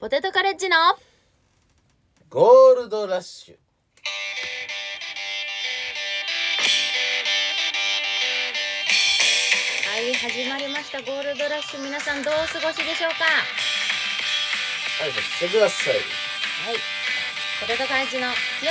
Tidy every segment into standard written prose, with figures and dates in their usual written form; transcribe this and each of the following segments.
ポテトカレッジのゴールドラッシュ。 はい、始まりましたゴールドラッシュ。皆さんどうお過ごしでしょうか。 はい、してください。 はい、ポテトカレッジの清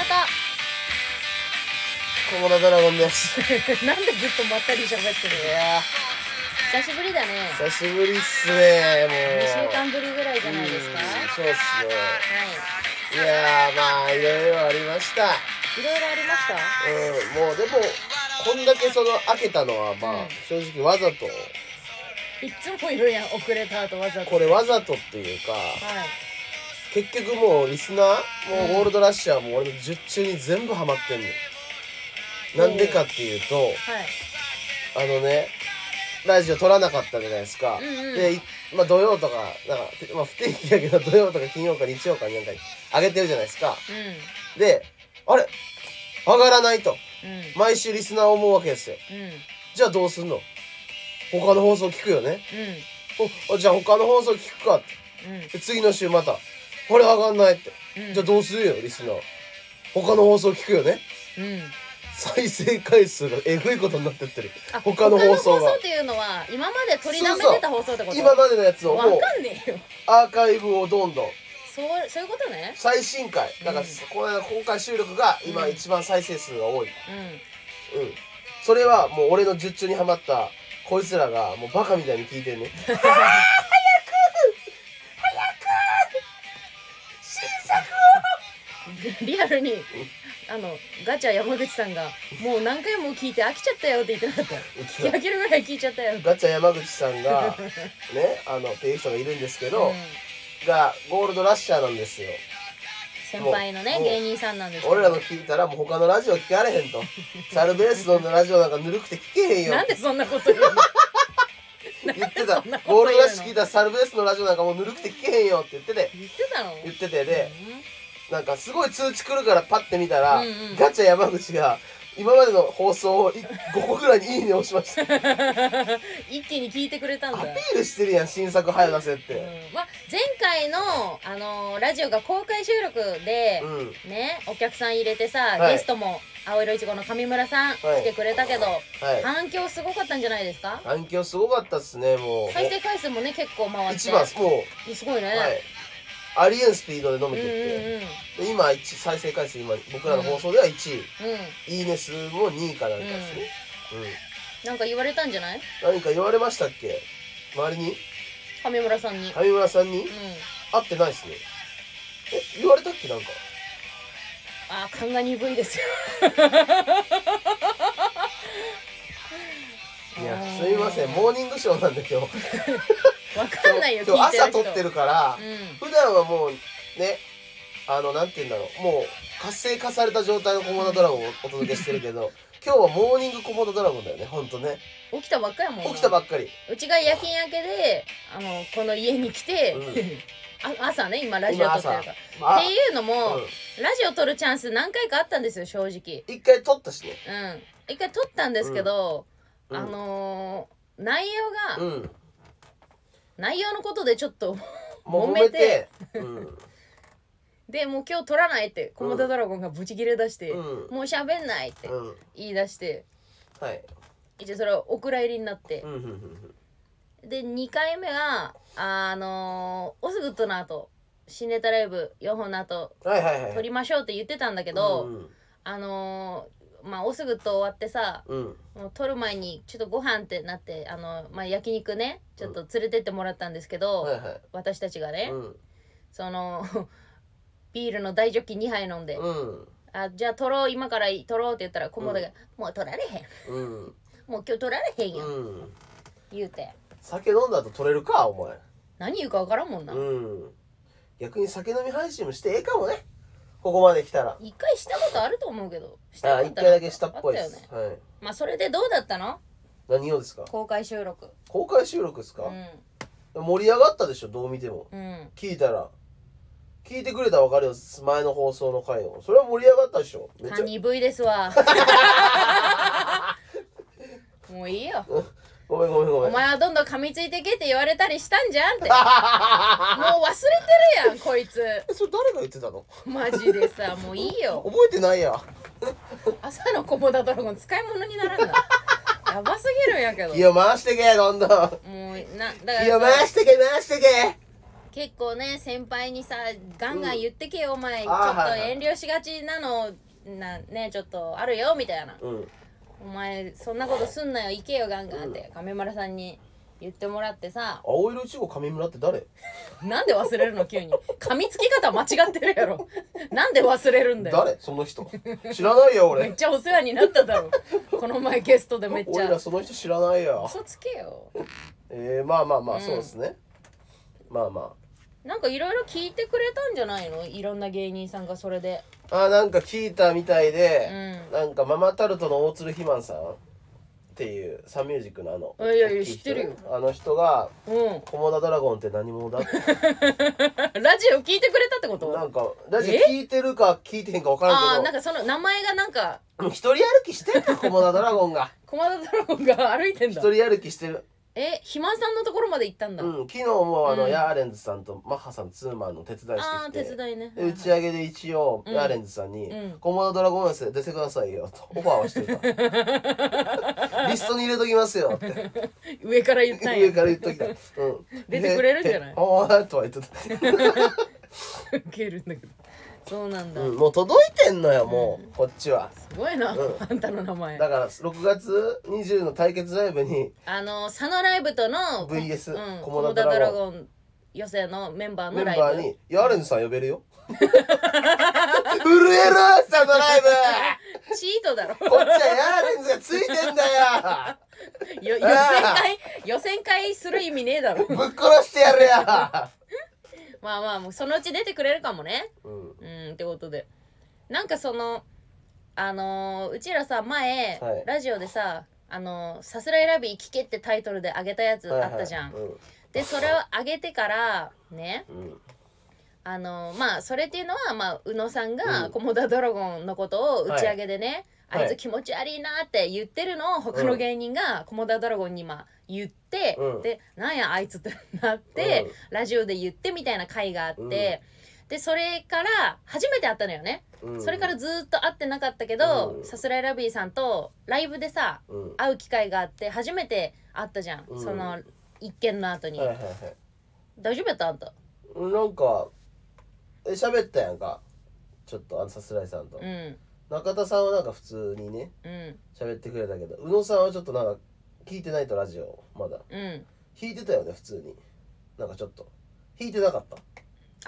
コモダドラゴンですとなんでずっとまったり喋ってるの。 いや久しぶりだね。 久しぶりっすね。もう 2週間ぶりぐらいじゃないですか。 そうっすね。 はいやまあいろいろありました。 い、いろいろありました。 もうでもこんだけ開けたのは正直わざと、 いつも言うやん、遅れた後わざと。 これわざとっていうか、 はい、 結局もうリスナーもうゴールドラッシュはもう俺の術中に全部ハマってんの。なんでかっていうと、 はい、 ラジオ撮らなかったじゃないですか。で、土曜とか、不定期だけど土曜とか金曜か日曜かになんか上げてるじゃないですか。で、あれ上がらないと。毎週リスナー思うわけですよ。じゃあどうすんの？他の放送聞くよね。じゃあ他の放送聞くかって。で次の週また、あれ上がんないって。じゃあどうするよ、リスナー。他の放送聞くよね。再生回数がえぐいことになってってる。他の放送が。他の放送っていうのは今まで取りだめてた放送ってこと？ 今までのやつをもうわかんねえよ。 アーカイブをどんどん。 そういうことね。 最新回だから、今回収録が今一番再生数が多い。それはもう俺の術中にはまったこいつらがもうバカみたいに聞いてんね。早く新作をリアルにガチャ山口さんがもう何回も聞いて飽きちゃったよって言ってなかった？飽きるぐらい聞いちゃったよ。 ガチャ山口さんがねっていう人がいるんですけど、がゴールドラッシャーなんですよ。 先輩のね芸人さんなんですけど、 俺らの聞いたらもう他のラジオ聞かれへんと。サルベースのラジオなんかぬるくて聞けへんよ。 なんでそんなこと言うの？ 言ってた。ゴールドラッシュ聞いたらサルベースのラジオなんかもうぬるくて聞けへんよって言ってて。 言ってたの？ 言っててで、なんかすごい通知来るからパッて見たら、ガチャ山口が今までの放送を5個ぐらいにいいね押しました。 一気に聞いてくれたんだ。 アピールしてるやん、新作早出せって。 前回のラジオが公開収録で、ね、お客さん入れてさ、ゲストも青色いちごの上村さん来てくれたけど、反響すごかったんじゃないですか？ 反響すごかったっすね。もう再生回数もね結構回って、 一番もうすごいね。 ありえんスピードで伸びてって、今再生回数今僕らの放送では1位、いいね数も2位かなんかですね。 なんか言われたんじゃない？ 何か言われましたっけ？周りに？ 上村さんに。 上村さんに？会ってないっすね。言われたっけなんか？ 勘が鈍いですよ。 いやすみません、モーニングショーなんで今日。 わかんないよ。 今日朝撮ってるから、普段はもうね、なんて言うんだろう、もう活性化された状態のコモダドラゴンをお届けしてるけど、今日はモーニングコモダドラゴンだよね、ほんとね。 起きたばっかやもん。 起きたばっかり。 うちが夜勤明けでこの家に来て、朝ね、今ラジオ撮ってるから。っていうのも、ラジオ撮るチャンス何回かあったんですよ、正直。 一回撮ったしね。 一回撮ったんですけど、内容のことでちょっと揉めて、でもう今日撮らないってコモダドラゴンがブチギレ出して、もう喋んないって言い出して、一応それはお蔵入りになって、で2回目がオスグッドの後新ネタライブ4本の後撮りましょうって言ってたんだけど、オスグッド終わってさ、もう撮る前にちょっとご飯ってなって焼肉ねちょっと連れてってもらったんですけど、私たちがね、ビールの大ジョッキ2杯飲んで、じゃあ撮ろう今から撮ろうって言ったらコモダが、もう撮られへん、もう今日撮られへんやん、言うて。 酒飲んだ後撮れるかお前。 何言うか分からんもんな。 逆に酒飲み配信もしてええかもね、ここまで来たら。 一回したことあると思うけど。 一回だけしたっぽいです。 それでどうだったの？ 何をですか？ 公開収録。 公開収録ですか？盛り上がったでしょ、どう見ても。聞いたら聞いてくれたら分かるよ、前の放送の回を。それは盛り上がったでしょ。 鈍いですわ。もういいよ。 ごめん。 お前はどんどん噛みついてけって言われたりしたんじゃんって。もう忘れてるやんこいつ。 それ誰が言ってたの？ マジでさ、もういいよ。 覚えてないや。 朝のコモダドラゴン使い物にならんな。やばすぎるんやけど。 いや回してけどんどん。もうだからいや回してけ。 結構ね先輩にさガンガン言ってけよ、お前ちょあっと遠慮しがちなのねちょっとあるよみたいな、お前そんなことすんなよ行けよガンガンって上村さんに言ってもらってさ。 青色いちご上村って誰？ なんで忘れるの急に。噛みつき方間違ってるやろ。なんで忘れるんだよ。 誰その人？知らないよ俺。 めっちゃお世話になっただろ。この前ゲストでめっちゃ。 俺らその人知らないよ。 嘘つけよ。 まあまあまあ、そうですね。まあまあ。なんかいろいろ聞いてくれたんじゃないの？いろんな芸人さんがそれで。 なんか聞いたみたいで、なんかママタルトの大鶴ひまんさんっていうサンミュージックのいやいや知ってるよ。 あの人がコモダドラゴンって何者だってラジオ聞いてくれたってこと？ なんかラジオ聞いてるか聞いてへんか分からんけど、 なんかその名前がなんか一人歩きしてるコモダドラゴンがコモダドラゴンが歩いてんだ。 一人歩きしてる。 肥満さんのところまで行ったんだ。 昨日もヤーレンズさんとマッハさんツーマンの手伝いしてきて、 手伝いね。 で打ち上げで一応ヤーレンズさんにコモダドラゴンです出てくださいよとオファーはしてた。リストに入れときますよって上から言ったんや。 上から言っときた。 出てくれるんじゃない？ ああとは言っとった。 ウケるんだけど。そうなんだ。 もう届いてんのよもうこっちは。 すごいな、あんたの名前。 だから6月20の対決ライブに佐野ライブとの VS コモダドラゴン予選のメンバーのライブ。 メンバーにヤーレンズさん呼べるよ。震える佐野ライブ。 チートだろ。 こっちはヤーレンズがついてんだよ。 予選会する意味ねえだろ。 ぶっ殺してやるや。 まあもうそのうち出てくれるかもね。ってことでなんかそのうちらさ前、ラジオでささすらいラビー聞けってタイトルであげたやつあったじゃん。でそれをあげてからね、まあそれっていうのは宇野さんがコモダドラゴンのことを打ち上げでね、あいつ気持ち悪いなって言ってるのを他の芸人がコモダドラゴンに言って、でなんやあいつってなって、ラジオで言ってみたいな回があって、でそれから初めて会ったのよね。それからずっと会ってなかったけど、さすらいラビーさんとライブでさ、会う機会があって初めて会ったじゃん、その一件の後に。大丈夫やった？あんたなんか喋ったやんかちょっとさすらいさんと。中田さんはなんか普通にね喋ってくれたけど、宇野さんはちょっとなんか聞いてないとラジオまだ弾いてたよね普通に。なんかちょっと弾いてなかった？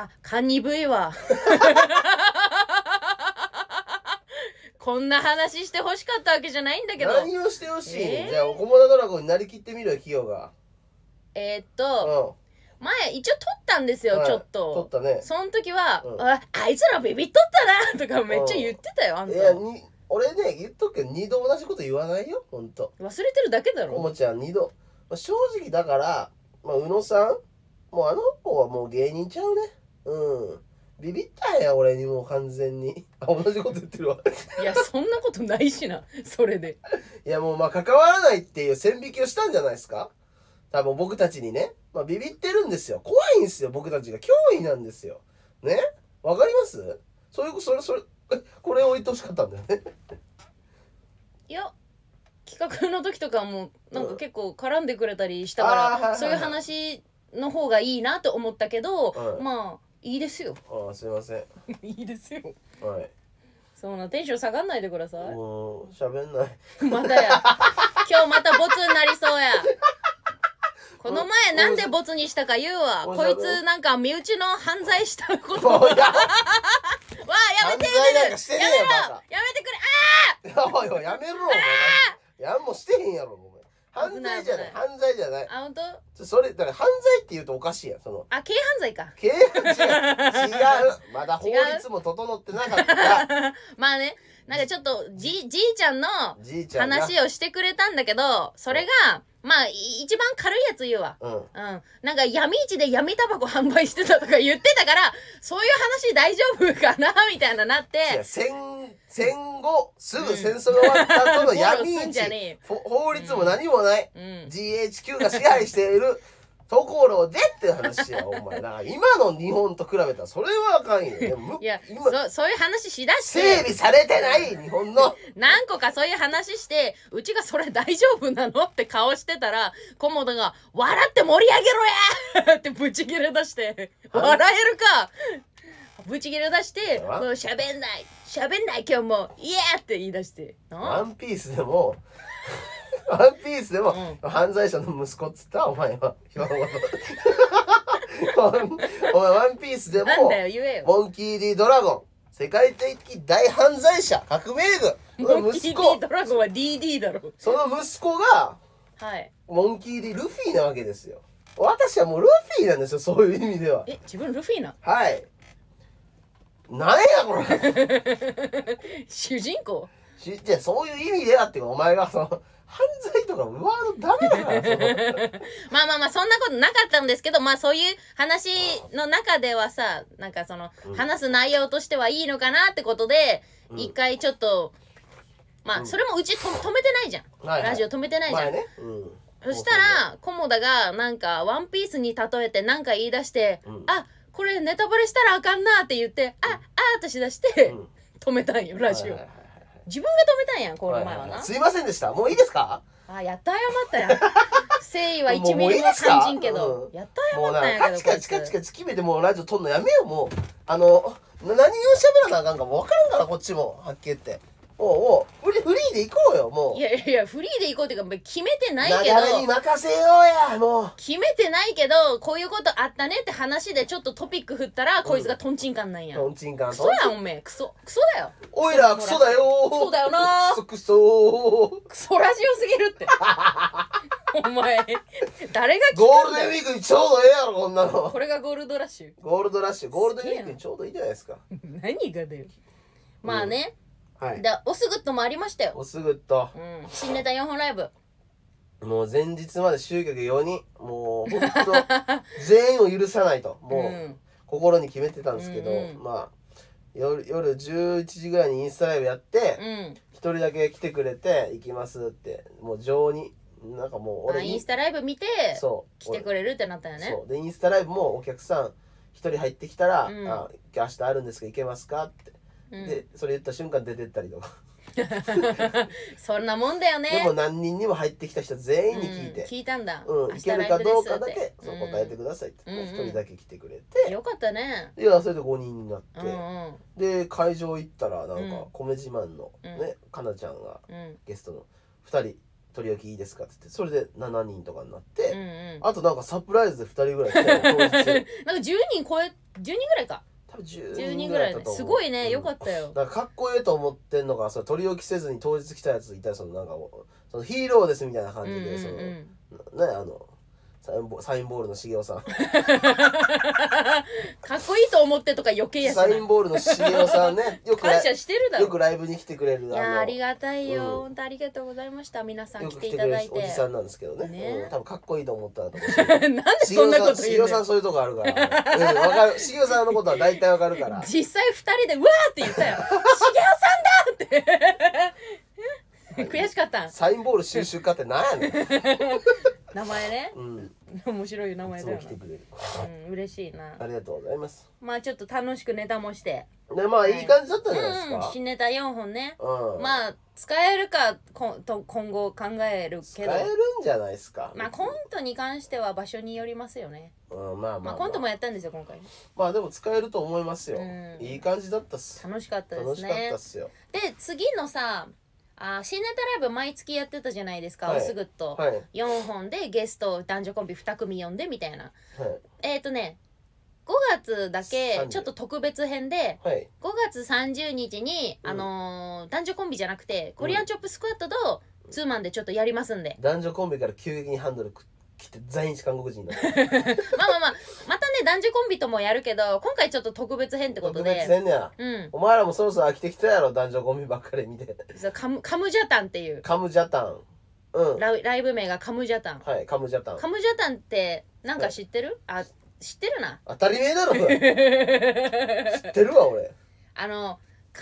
カニブイはこんな話してほしかったわけじゃないんだけど。 何をしてほしい？じゃあコモダドラゴンになりきってみるよ企業が。 前一応撮ったんですよ、ちょっと。 撮ったね。 その時は、あいつらビビっとったなとかめっちゃ言ってたよ、あんた。 いや俺ね言っとくけど2度同じこと言わないよほんと。 忘れてるだけだろ。 コモちゃん2度。正直だから宇野さんもうあの子はもう芸人ちゃうね。ビビったんや俺にもう完全に。同じこと言ってるわ。 いやそんなことないしなそれで。 いやもう関わらないっていう線引きをしたんじゃないですか多分僕たちにね。ビビってるんですよ。怖いんですよ僕たちが。脅威なんですよね。わかります？それこれを言ってほしかったんだよね。いや企画の時とかもなんか結構絡んでくれたりしたから、そういう話の方がいいなと思ったけど、いいですよ。 すいません。 いいですよ。 はい。 そんなテンション下がんないでください。 もう喋んない。 またや。今日またボツになりそうや。この前なんでボツにしたか言うわ。こいつなんか身内の犯罪したことわあやめてやめてくれ。おいやめろ。もうしてへんやろ。犯罪じゃない。犯罪じゃない。 本当？ それだから犯罪って言うとおかしいやん。軽犯罪か。 違う。まだ法律も整ってなかった。 まあね、なんかちょっとじいちゃんの話をしてくれたんだけど、それが一番軽いやつ言うわ。なんか闇市で闇タバコ販売してたとか言ってたから、そういう話大丈夫かなみたいなって。 戦後すぐ戦争が終わった後の闇市、法律も何もない、GHQ が支配しているところでって話やお前。だから今の日本と比べたらそれはあかんよ。でもいやそういう話しだして整備されてない日本の何個かそういう話して、うちがそれ大丈夫なのって顔してたら、コモダが笑って盛り上げろやってブチギレ出して、笑えるかブチギレ出して、もう喋んない今日もイエーって言い出して、 ワンピースでもワンピースでも、犯罪者の息子っつったお前はお前ワンピースでもモンキー・ディ・ドラゴン世界的大犯罪者革命軍モンキー・ディ・ドラゴンは DD だろ。 その息子が、 はい、 モンキー・ディ・ルフィなわけですよ。私はもうルフィなんですよ、そういう意味では。 自分ルフィな。 はい。なんやこれ主人公じゃそういう意味ではっていうか、お前がその犯罪とかワードダメだからまあそんなことなかったんですけど、まあそういう話の中ではさ、なんかその、話す内容としてはいいのかなってことで、一回ちょっとまあそれもうち止めてないじゃん、ラジオ止めてないじゃん、ね、そしたらコモダがなんかワンピースに例えてなんか言い出して、あ、これネタバレしたらあかんなって言って、あーとしだして、止めたんよラジオ。自分が止めたんやん、この前はな。 すいませんでした。もういいですか？ やっと謝ったやん。誠意は1ミリも感じんけど、やっと謝ったんやけど。 もうカチカチ決めてもうラジオ撮んのやめよう。もう何を喋らなあかんかも分からんから、こっちもはっきり言って。もうフリーで行こうよ。もういやフリーで行こうっていうか決めてないけど、 流れに任せようや。もう決めてないけど、こういうことあったねって話でちょっとトピック振ったら、こいつがトンチンカンなんや。 トンチンカン。 クソやんおめえ。クソだよ。 おいらクソだよ。 クソだよな。 クソラジオすぎるってお前誰が聞くんだよ。 ゴールデンウィークにちょうどええやろこんなの。 これがゴールドラッシュ。 ゴールデンウィークにちょうどいいじゃないですか。 何がだよ。まあね、 はい、 オスグッドもありましたよ。 オスグッド、 新ネタ4本ライブ。 もう前日まで集客4人、もうほんと全員を許さないともう心に決めてたんですけど、まあ夜11時ぐらいにインスタライブやって、1人だけ来てくれて行きますって、もう情になんかもう俺インスタライブ見て来てくれるってなったよね。 そうでインスタライブもお客さん1人入ってきたら、明日あるんですけど行けますかって、でそれ言った瞬間出てったりとかそんなもんだよね。 でも何人にも入ってきた人全員に聞いて、 聞いたんだ。 行けるかどうかだけそう答えてくださいって、1人だけ来てくれて、 よかったね。 いやそれで5人になって、で会場行ったらなんか米自慢のねかなちゃんがゲストの2人取り置きいいですかって言って、それで7人とかになって、あとなんかサプライズで2人ぐらい来て当日なんか 10人ぐらいか。10人ぐらいね。すごいね、よかったよ。 だからかっこいいと思ってんのか、それ取り置きせずに当日来たやついたら、そのなんかそのヒーローですみたいな感じで、そのねサインボールの茂雄さんかっこいいと思ってとか余計やしな。 サインボールの茂雄さんね、 感謝してるだろ。 よくライブに来てくれる。 いやありがたいよ、本当ありがとうございました。皆さん来ていただいて。 おじさんなんですけどね、多分かっこいいと思ったらと思う。 なんでそんなこと言うの。 茂雄さんそういうとこあるから、わかる。茂雄さんのことは大体わかるから。 実際2人でうわーって言ったよ。茂雄さんだって悔しかった。 サインボール収集家って何やねん名前ね、面白い名前だよな。 いつも来てくれる。 嬉しいな。 ありがとうございます。 まあちょっと楽しくネタもしてで、まあいい感じだったじゃないですか。 新ネタ4本ね。まあ使えるかと今後考えるけど、 使えるんじゃないですか。 まあコントに関しては場所によりますよね。まあコントもやったんですよ今回。 まあでも使えると思いますよ。いい感じだったっす。 楽しかったですね。 楽しかったっすよ。 で次のさ、新ネタライブ毎月やってたじゃないですか、オスグッド、4本でゲスト男女コンビ2組呼んでみたいな、5月だけちょっと特別編で、5月30日に、男女コンビじゃなくてコリアンチョップスクワットとツーマンでちょっとやりますんで、 男女コンビから急激にハンドル来て在日韓国人だまたね男女コンビともやるけど、今回ちょっと特別編ってことで。 特別編や、お前らもそろそろ飽きてきたやろ、男女コンビばっかり見て。 カムジャタンっていう、 カムジャタン、 ライブ名がカムジャタン。 はい、カムジャタン。 カムジャタンってなんか知ってる？知ってるな。 当たり前だろ知ってるわ俺。韓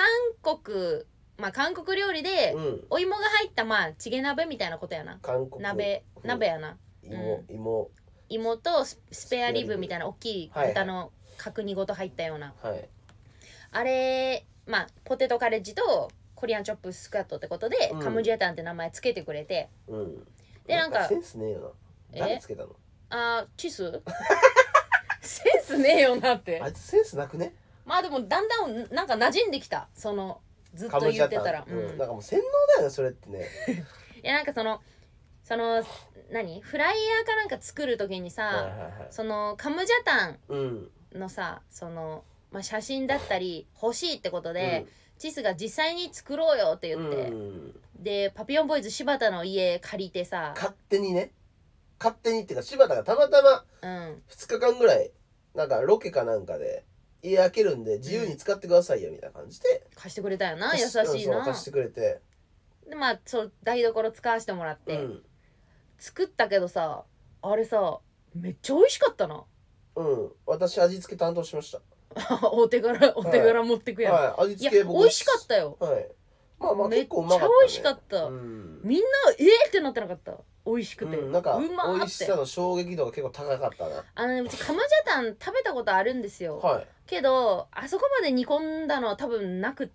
国料理でお芋が入ったチゲ鍋みたいなことやな。 韓国鍋やな。 芋とスペアリブみたいな大きい豚の角煮ごと入ったような、 はい、 あれまあポテトカレッジとコリアンチョップスクワットってことで、カムジェタンって名前つけてくれて、 でなんかセンスねえよな。誰つけたの？ チスセンスねえよなって。 あいつセンスなくね？ まあでもだんだんなんか馴染んできた、そのずっと言ってたら、 なんかもう洗脳だよねそれってね。 いやなんかその何フライヤーかなんか作る時にさ、そのカムジャタンのさ、その、まあ、写真だったり欲しいってことで、チスが実際に作ろうよって言って、でパピヨンボーイズ柴田の家借りてさ、 勝手にっていうか柴田がたまたま2日間ぐらいなんかロケかなんかで家開けるんで自由に使ってくださいよみたいな感じで貸してくれたよな。優しいな。 貸してくれて、 でまあそう台所使わせてもらって、作ったけどさ、あれさめっちゃ美味しかったな。 私味付け担当しました。 お手柄持ってくやん。 味付け僕美味しかったよ。 まあ結構うまかったね。 めっちゃ美味しかった。みんなってなってなかった。美味しくて、 なんか美味しさの衝撃度が結構高かったな。 うちカムジャタン食べたことあるんですよ。けどあそこまで煮込んだのは多分なくって、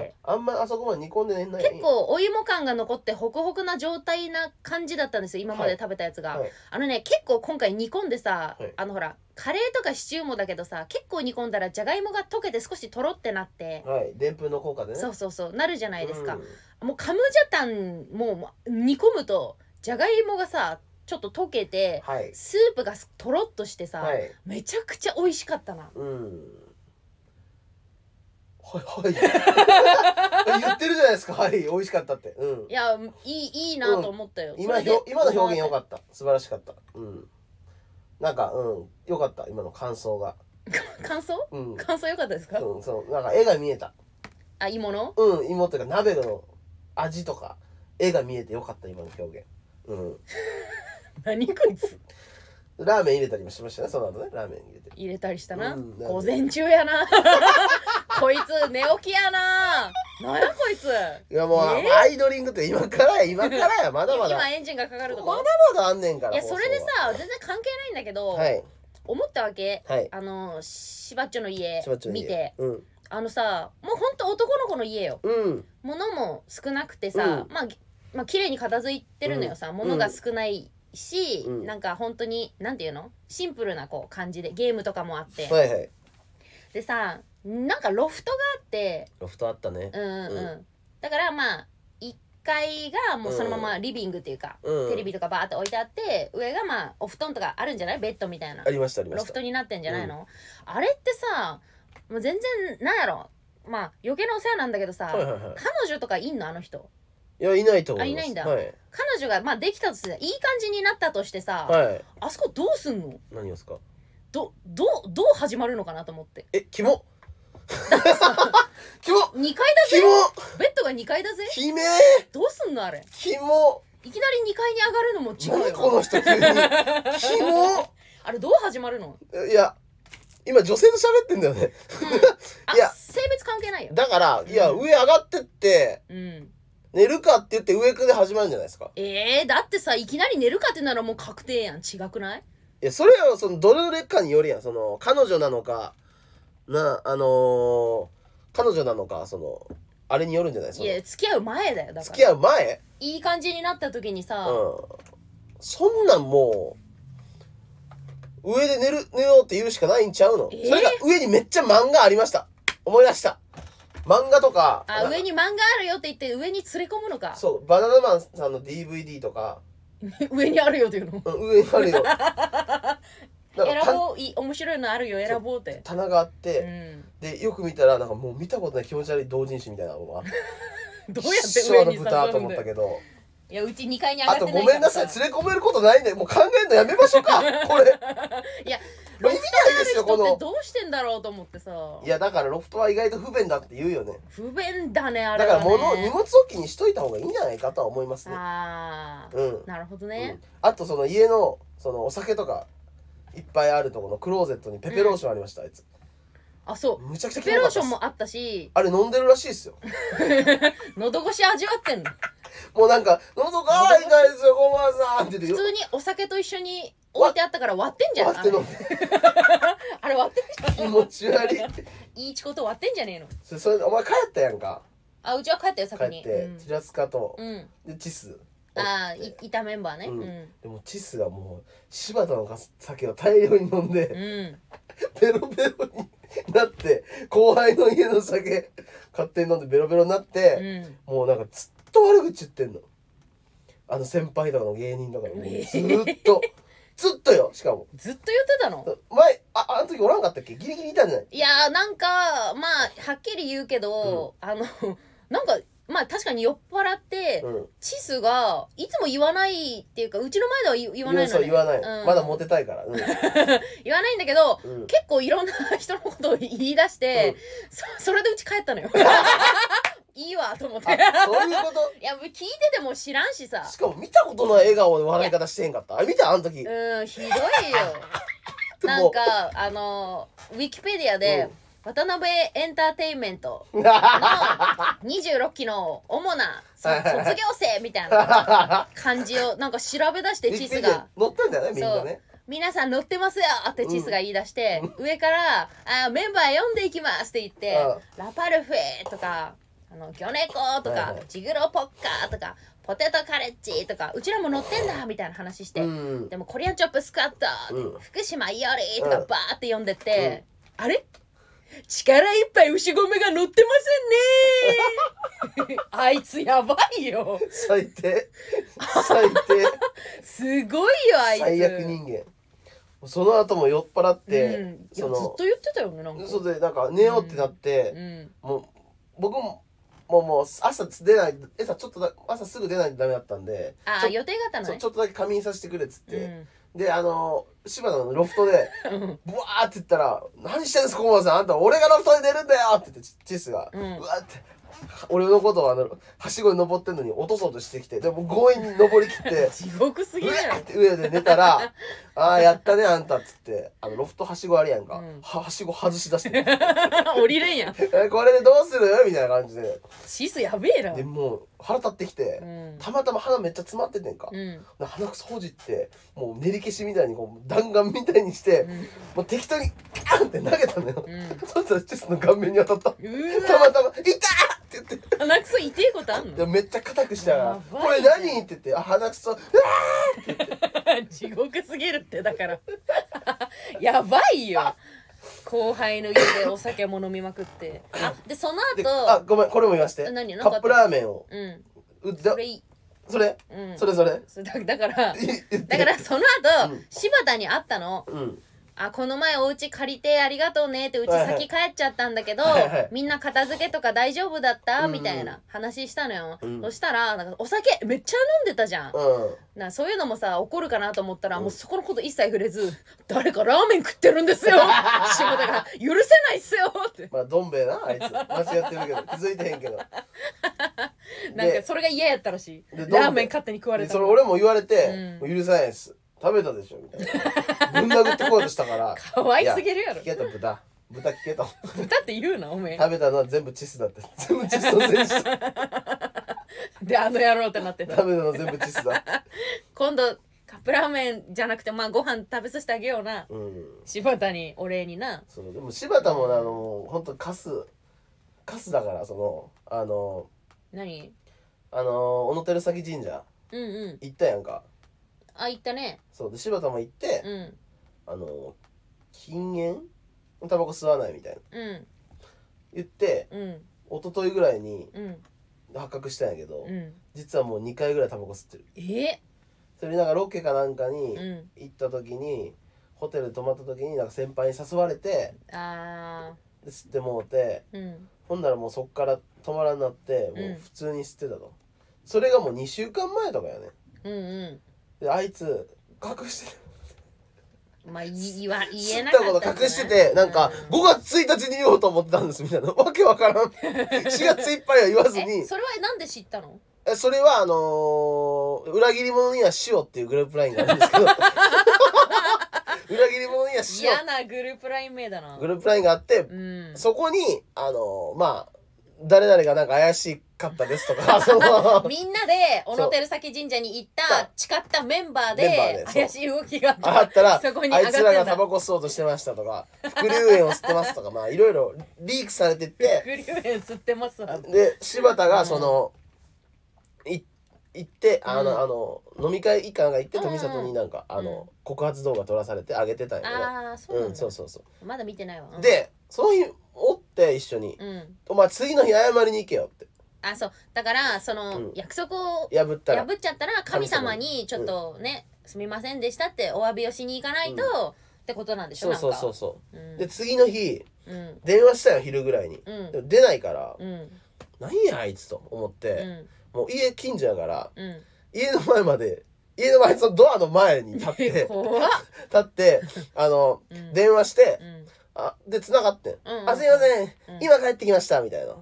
あんまあそこまで煮込んでね。 結構お芋感が残ってホクホクな状態な感じだったんですよ、今まで食べたやつが。結構今回煮込んでさ、ほらカレーとかシチューもだけどさ、結構煮込んだらじゃがいもが溶けて少しとろってなって、 でんぷんの効果でね。 そうなるじゃないですか。もうカムジャタンもう煮込むとじゃがいもがさちょっと溶けて、スープがとろっとしてさ、めちゃくちゃ美味しかったな。 言ってるじゃないですか。美味しかったって。 いやいいなと思ったよ。 今の表現良かった。素晴らしかった。なんか良かった、今の感想が。 感想良かったですか？ そうなんか絵が見えた。 芋の？ 芋っていうか鍋の味とか絵が見えて良かった、今の表現。 何こいつ。 ラーメン入れたりもしましたね、その後ね。ラーメン入れたりしたな。午前中やな。こいつ寝起きやな。なんやこいつ。 いやもうアイドリングって今からやまだまだ。 今エンジンがかかるとこ。 まだまだあんねんから。 いやそれでさ全然関係ないんだけど、思ったわけ。しばっちょの家見て、さもうほんと男の子の家よ。物も少なくてさ、まあ綺麗に片付いてるのよさ。物が少ないし、なんか本当になんていうの、シンプルなこう感じでゲームとかもあって、でさなんかロフトがあって、 ロフトあったね。 だからまあ1階がもうそのままリビングっていうか、テレビとかバーって置いてあって、上がまあお布団とかあるんじゃない、ベッドみたいな。 ありましたロフトになってんじゃないの、あれってさもう全然なんやろ、まあ余計なお世話なんだけどさ、彼女とかいんのあの人。 いやいないと思います。 いないんだ。彼女がまあできたとしていい感じになったとしてさ、あそこどうすんの？ 何をですか？ どう始まるのかなと思って。 キモキモ 2階だぜ。ベッドが2階だぜ。 キメー。 どうすんのあれ。 キモ。 いきなり2階に上がるのも違うよ。 この人急にキモ。 あれどう始まるの？ いや今女性と喋ってんだよね。 いや性別関係ないよ。 だからいや、上上がってって、寝るかって言って上で始まるんじゃないですか。 だってさいきなり寝るかってならもう確定やん。違くない？ いやそれはそのどれかによるやん。その彼女なのか彼女なのか、そのあれによるんじゃない？ いや付き合う前だよ。だから付き合う前いい感じになった時にさ、 そんなんもう上で寝ようって言うしかないんちゃうの？それが上にめっちゃ漫画ありました。思い出した。漫画とか上に漫画あるよって言って上に連れ込むのか。 そうバナナマンさんの DVD とか上にあるよっていうの？ 上にあるよ。 選ぼう、面白いのあるよ選ぼうって。 棚があって、でよく見たらなんかもう見たことない気持ち悪い同人誌みたいなのがどうやって上に誘うんだよ。 と思ったけど、 いやうち2階に上がってないから。 あとごめんなさい、連れ込めることないんでもう考えるのやめましょうかこれ。 いやロフトある人ってどうしてんだろうと思ってさ。 いやだからロフトは意外と不便だって言うよね。 不便だねあれはね。 だから荷物置きにしといた方がいいんじゃないかとは思いますね。 なるほどね。 あとその家のそのお酒とかいっぱいあるところのクローゼットにペペローションありました、あいつ。 そうむちゃくちゃペペローションもあったし、 あれ飲んでるらしいですよ。 喉越し味わってんの。 もうなんか喉乾いたですよごまさんって言うよ。 普通にお酒と一緒に置いてあったから割ってんじゃん。 割って飲んであれ割ってんじゃん。 気持ち悪いいいチコと割ってんじゃねえの。 それお前帰ったやんか。 あ、うちは帰ったよ、先に。 帰って、チラスカと、でチス。 いたメンバーね。 でもチスがもう柴田の酒を大量に飲んで、ベロベロになって、後輩の家の酒勝手に飲んでベロベロになって、もうなんかずっと悪口言ってんの。先輩とかの芸人とかの、ずっとずっとよ。しかもずっと言ってたの。 前あの時おらんかったっけ？ギリギリいたんじゃない？ いやー、なんかまあはっきり言うけど、なんかまあ確かに酔っ払って、チスがいつも言わないっていうか、うちの前では言わないのね。 そう言わない、まだモテたいから、 言わないんだけど、結構いろんな人のことを言い出して、それでうち帰ったのよ。いいわと思って。そういうこと？いや、聞いてても知らんしさ。 しかも見たことない笑顔で笑い方してへんかった。あれ見た？あの時。 ひどいよ。なんかウィキペディアで、渡辺エンターテインメントの26期の主な卒業生みたいな感じをなんか調べ出して、チスが乗ったんだよね、みんなね。 皆さん乗ってますよってチスが言い出して、上からメンバー読んでいきますって言って、ラパルフェとかギョネコとか、ジグロポッカーとか、ポテトカレッジとか、うちらも乗ってんだみたいな話して、でもコリアンチョップスクワット、福島いおりとかバーって読んでって、あれ力いっぱい牛込が乗ってませんねあいつやばいよ。 最低すごいよ、あいつ最悪人間。その後も酔っ払って、 ずっと言ってたよね。なんか嘘でなんか寝ようってなって、もう僕も朝出ない、ちょっと朝すぐ出ないとダメだったんで、 予定があったのね。 ちょっとだけ仮眠させてくれっつって、で柴田のロフトでブワーって言ったら「何してんですか小松さん、あんた俺がロフトで寝るんだよ」って言って、チスがブワーって俺のことをはしごに登ってんのに落とそうとしてきて、でも強引に登りきって地獄すぎるやんって上で寝たら「ああやったねあんた」っつって、ロフトはしごあるやんか、はしご外し出して降りれんやんこれでどうするみたいな感じで、 シスやべえな。でもう腹立ってきて、たまたま鼻めっちゃ詰まっててんか、鼻くそほじってもう練り消しみたいにこう弾丸みたいにして、もう適当にガーンって投げたのよ、そしたらチスの顔面に当たった。たまたま「痛っ!」って言って、 鼻くそ痛いことあんの？ でめっちゃ硬くしたら「これ何?」って言って「鼻くそうわー!」って言って地獄すぎるって。だからやばいよ、後輩の家でお酒も飲みまくって。でその後ごめん、これも言わして。カップラーメンをそれだからその後柴田に会ったの。この前お家借りてありがとうねって、うち先帰っちゃったんだけど、みんな片付けとか大丈夫だったみたいな話したのよ。そしたらなんかお酒めっちゃ飲んでたじゃん。そういうのもさ怒るかなと思ったら、もうそこのこと一切触れず「誰かラーメン食ってるんですよ柴田が許せないっすよ」って。 まあどん兵衛な、あいつ間違ってるけど気づいてへんけどなんかそれが嫌やったらしい。ラーメン勝手に食われた。 それ俺も言われて許さないです、食べたでしょみたいな、ぶん殴ってこようとしたからかわいすぎるやろ。 聞けと豚聞けと豚って言うなおめえ。 食べたのは全部チスだって、全部チスのせいにしたで野郎ってなってた。 食べたの全部チスだ今度カップラーメンじゃなくてご飯食べさせてあげような、柴田にお礼にな。 そうでも柴田ももうほんとカスだから、 何小野照崎神社行ったやんか。 行ったね。 そうで柴田も行って、禁煙タバコ吸わないみたいな、言って、一昨日ぐらいに発覚したんやけど、実はもう2回ぐらいタバコ吸ってる。それなんかロケかなんかに行った時に、ホテルで泊まった時になんか先輩に誘われてで吸ってもうて、ほんならもうそっから止まらんなって、もう普通に吸ってたと。それがもう2週間前とかやね。であいつ隠してる。 言えなかった。 吸ったこと隠してて、なんか5月1日に言おうと思ってたんですみたいな、わけわからん4月いっぱいは言わずに。 それはなんで知ったの？ それは裏切り者には塩っていうグループラインがあるんですけど裏切り者には塩、 嫌なグループライン名だな。 グループラインがあって、そこに誰々がなんか怪しかったですとかみんなで小野照崎神社に行った誓ったメンバーで怪しい動きがあったらそこにあいつらがタバコ吸おうとしてましたとか副流煙を吸ってますとかまあいろいろリークされてって副流煙吸ってますわで柴田がその、行って飲み会以下が行って富里になんか告発動画撮らされてあげてたんやけどああそうなんだ、 そうそうそうまだ見てないわ、 でその日おって一緒に、お前次の日謝りに行けよってあそうだからその、約束を破っちゃったら神様にちょっとね、すみませんでしたってお詫びをしに行かないと、ってことなんでしょ。 そうで次の日、電話したよ昼ぐらいに、でも出ないから、何やあいつと思って、もう家近所やから、家の前そのドアの前に立って電話して、で繋がってん、あすいません、今帰ってきましたみたいな、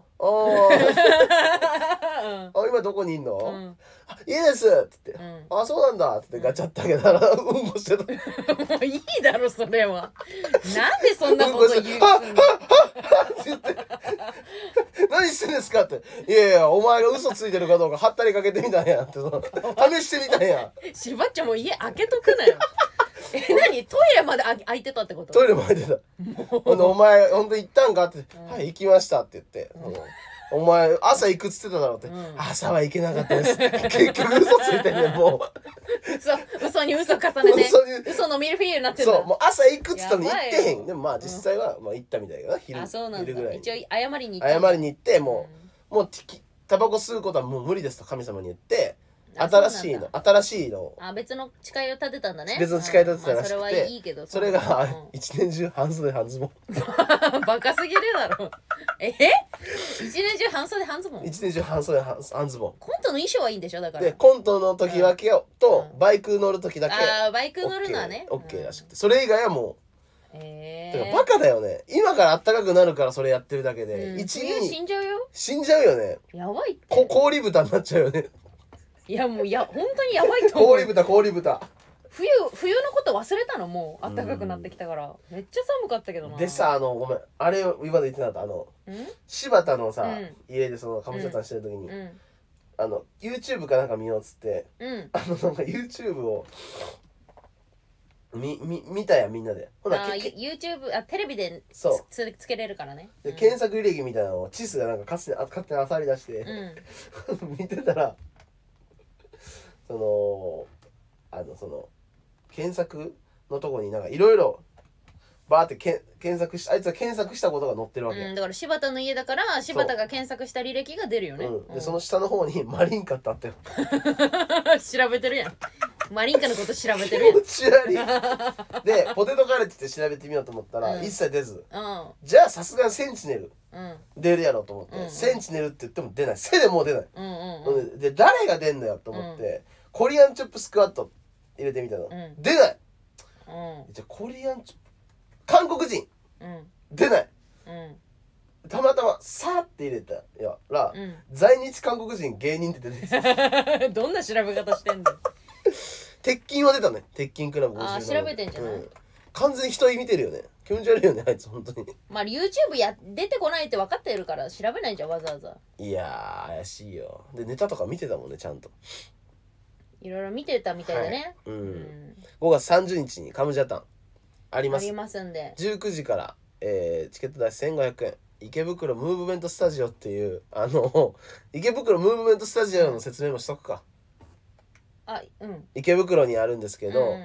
今どこにいんの、家ですっつって、あそうなんだっつってガチャって開けたらうんこしてた。 もういいだろそれは。なんでそんなこと言うの。 何してんですかって。いやいやお前が嘘ついてるかどうかはったりかけてみたんやって試してみたんや。 しばっちゃんもう家開けとくなよ。何トイレまで開いてたってこと。 トイレも開いてた。お前本当行ったんかって、はい行きましたって言って、お前朝行くっつってただろうって、朝は行けなかったです結局嘘ついてんねんもう。 そう嘘に嘘重ねて嘘のミルフィーユになってる。 そうもう朝行くっつったのに行ってへん。でもまあ実際はまあ行ったみたいな昼ぐらい一応謝りに行ってもうタバコ吸うことはもう無理ですと神様に言って新しいの別の誓いを立てたんだね。 別の誓い立てたらしくて、 それはいいけどそれが一年中半袖半ズボン。 バカすぎるだろ。一年中半袖半ズボン。 一年中半袖半ズボン。 コントの衣装はいいんでしょだから。 でコントの時だけとバイク乗る時だけバイク乗るのはねオッケーらしくて、それ以外はもうだからバカだよね。今から暖かくなるからそれやってるだけで一年死んじゃうよ。 死んじゃうよね。 やばいって。 氷豚になっちゃうよね。 いやもう本当にやばいと思う。 氷豚冬のこと忘れたの。もう暖かくなってきたからめっちゃ寒かったけどな。 でさごめんあれを今まで言ってなかった柴田のさ、家でそのカムシャタンしてる時に、YouTube かなんか見ようっつって、なんか YouTube を見たやみんなで。ほな YouTube テレビでつけれるからね。 で検索履歴みたいなのをチスがなんか勝手にあさり出して、見てたらその検索のとこになんかいろいろバーって検索しあいつは検索したことが載ってるわけ、 だから柴田の家だから柴田が検索した履歴が出るよね。 でその下の方にマリンカってあったよ。 調べてるやん。マリンカのこと調べてるやん。 でポテトカレッジって調べてみようと思ったら、一切出ず、じゃあさすがにセンチネル、出るやろと思って、センチネルって言っても出ない。背でもう出ない、で誰が出んのよと思って、コリアンチョップスクワット入れてみたの、出ない、じゃあコリアンチョップ韓国人、出ない、たまたまさーって入れたら、在日韓国人芸人って出てきた。 どんな調べ方してんの。 鉄筋は出たね。鉄筋クラブ 57。調べてんじゃない、 完全に人見てるよね。気持ち悪いよねあいつ本当に。 まあ YouTube 出てこないって分かってるから調べないじゃんわざわざ。 いや怪しいよ。でネタとか見てたもんねちゃんと。 いろいろ見てたみたいだね。 5月30日にカムジャタンあります。 ありますんで。 19時から、チケット代1500円。池袋ムーブメントスタジオっていう池袋ムーブメントスタジオの説明もしとくか。池袋にあるんですけど、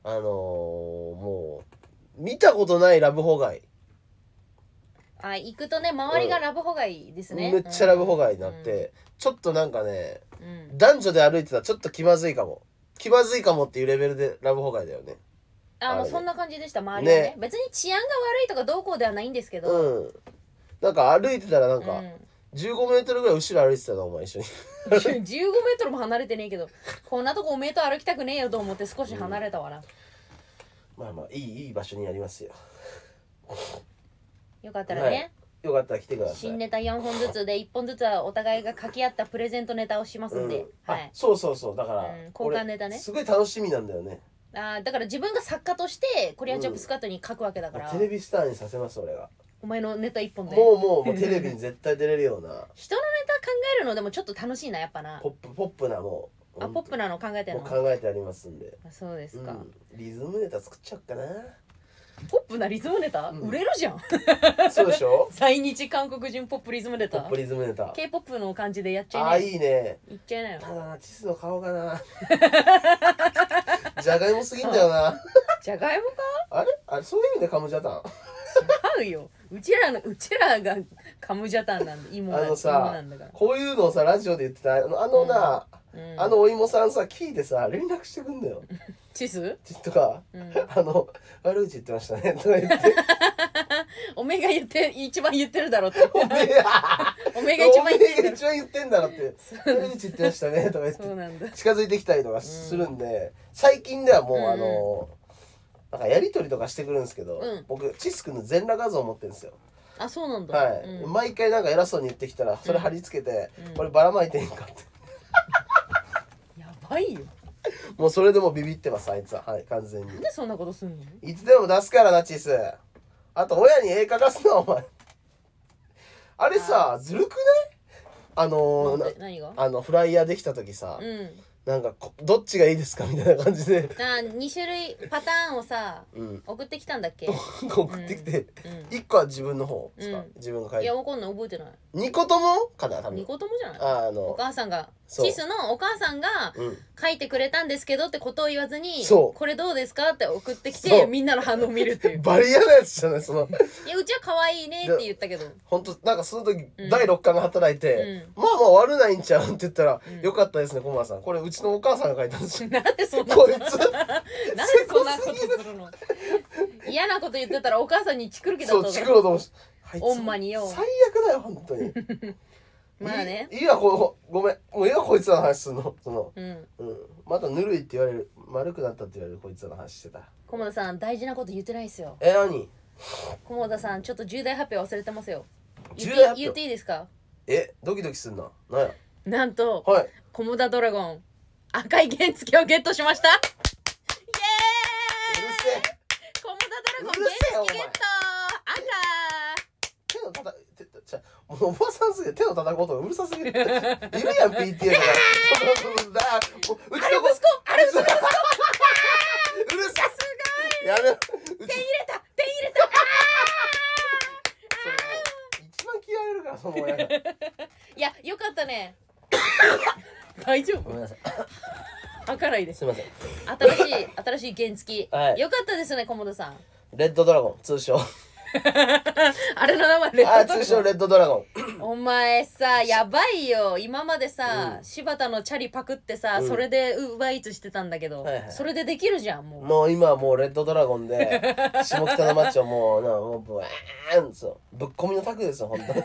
もう見たことないラブホ街。 行くとね周りがラブホ街ですね。 めっちゃラブホ街になって、ちょっとなんかね、男女で歩いてたらちょっと気まずいかもっていうレベルでラブホ街だよね。 もうそんな感じでした周りはね。別に治安が悪いとかどうこうではないんですけど、 なんか歩いてたらなんか15メートルぐらい後ろ歩いてたなお前一緒に。 15メートルも離れてねえけど、こんなとこおめえと歩きたくねえよと思って少し離れたわな。 まあまあいい場所にありますよ。 よかったらね、 よかったら来てください。 新ネタ4本ずつで1本ずつはお互いが書き合ったプレゼントネタをしますんで、 そうだから、 交換ネタね。 すごい楽しみなんだよね。 だから自分が作家としてコリアンチョップスカートに書くわけだから、 テレビスターにさせます俺が。 お前のネタ一本でもうテレビに絶対出れるような人のネタ考えるのでもちょっと楽しいなやっぱな。 ポップなもうポップなの考えてるの。 考えてありますんで。 そうですか、 リズムネタ作っちゃおっかな。 ポップなリズムネタ、売れるじゃんそうでしょ在日韓国人ポップリズムネタ。 ポップリズムネタ K-POP の感じでやっちゃいね。 いいね。 いっちゃいなよ。 ただな、チスの顔がなじゃがいもすぎんだよなじゃがいもか。 あれそういう意味でカムジャタン違うよ。うちらがカムジャタンなんで芋なんだから。 こういうのをさラジオで言ってたあのお芋さんさ聞いてさ連絡してくんだよチスとか、悪口言ってましたねとか言っておめえが一番言ってるだろっておめえが一番言ってんだろって悪口言ってましたねとか言って近づいてきたりとかするんで、最近ではもうなんかやり取りとかしてくるんですけど、僕チス君の全裸画像を持ってるんですよ。 あ、そうなんだ。 はい、毎回なんか偉そうに言ってきたらそれ貼り付けて、こればらまいていいんかってやばいよ。 もうそれでもビビってますあいつは。はい、完全に。 なんでそんなことすんの。 いつでも出すからなチス。あと親に絵描かすなお前あれさずるくない？ 何がフライヤーできた時さ、なんかどっちがいいですかみたいな感じで 2種類パターンをさ、送ってきたんだっけ送ってきて、1個は自分の方ですか、自分が書いて。 いやわかんない、覚えてない。 2個ともかな多分。 2個ともじゃない。お母さんがチスのお母さんが書いてくれたんですけどってことを言わずに、これどうですかって送ってきてみんなの反応を見るっていう。 バリ嫌なやつじゃない。いやうちは可愛いねって言ったけど、 本当なんかその時第6巻が働いて、まあ悪ないんちゃうって言ったら、よかったですね小村さん、これうちのお母さんが書いたんですよ。 なんでそんなこいつなんでそんなことするの。嫌なこと言ってたらお母さんにチクる気だったそうチクろうと思う。 ほんまによ。 最悪だよ本当にまあね。 いいやごめんもういいやこいつらの話するのまたぬるいって言われる、丸くなったって言われるこいつらの話してた。 菰田さん大事なこと言ってないですよ。 何？ 菰田さんちょっと重大発表忘れてますよ。言っていいですか？ドキドキすんな。なんや？ なんと菰田ドラゴン赤い原付をゲットしました。イエーイ。うるせえ。菰田ドラゴン原付ゲット。 もうおばさんすぎて手の叩く音がうるさすぎる。いるやん PTA とか。うちの息子あれうちの息子うるさすごい。 やめろ。 手入れた一番嫌われるからその親が。 いやよかったね。大丈夫？ ごめんなさい。 開かないです。 すみません。 新しい原付。よかったですね菰田さん。 レッドドラゴン通称。 あれの名前レッドドラゴン。 通称レッドドラゴン。 お前さやばいよ。今までさ、柴田のチャリパクってさ、それでウーバーイーツしてたんだけど、それでできるじゃんもう今はもうレッドドラゴンで下北の街をもうブワーンとぶっ込みのタクですよ本当に。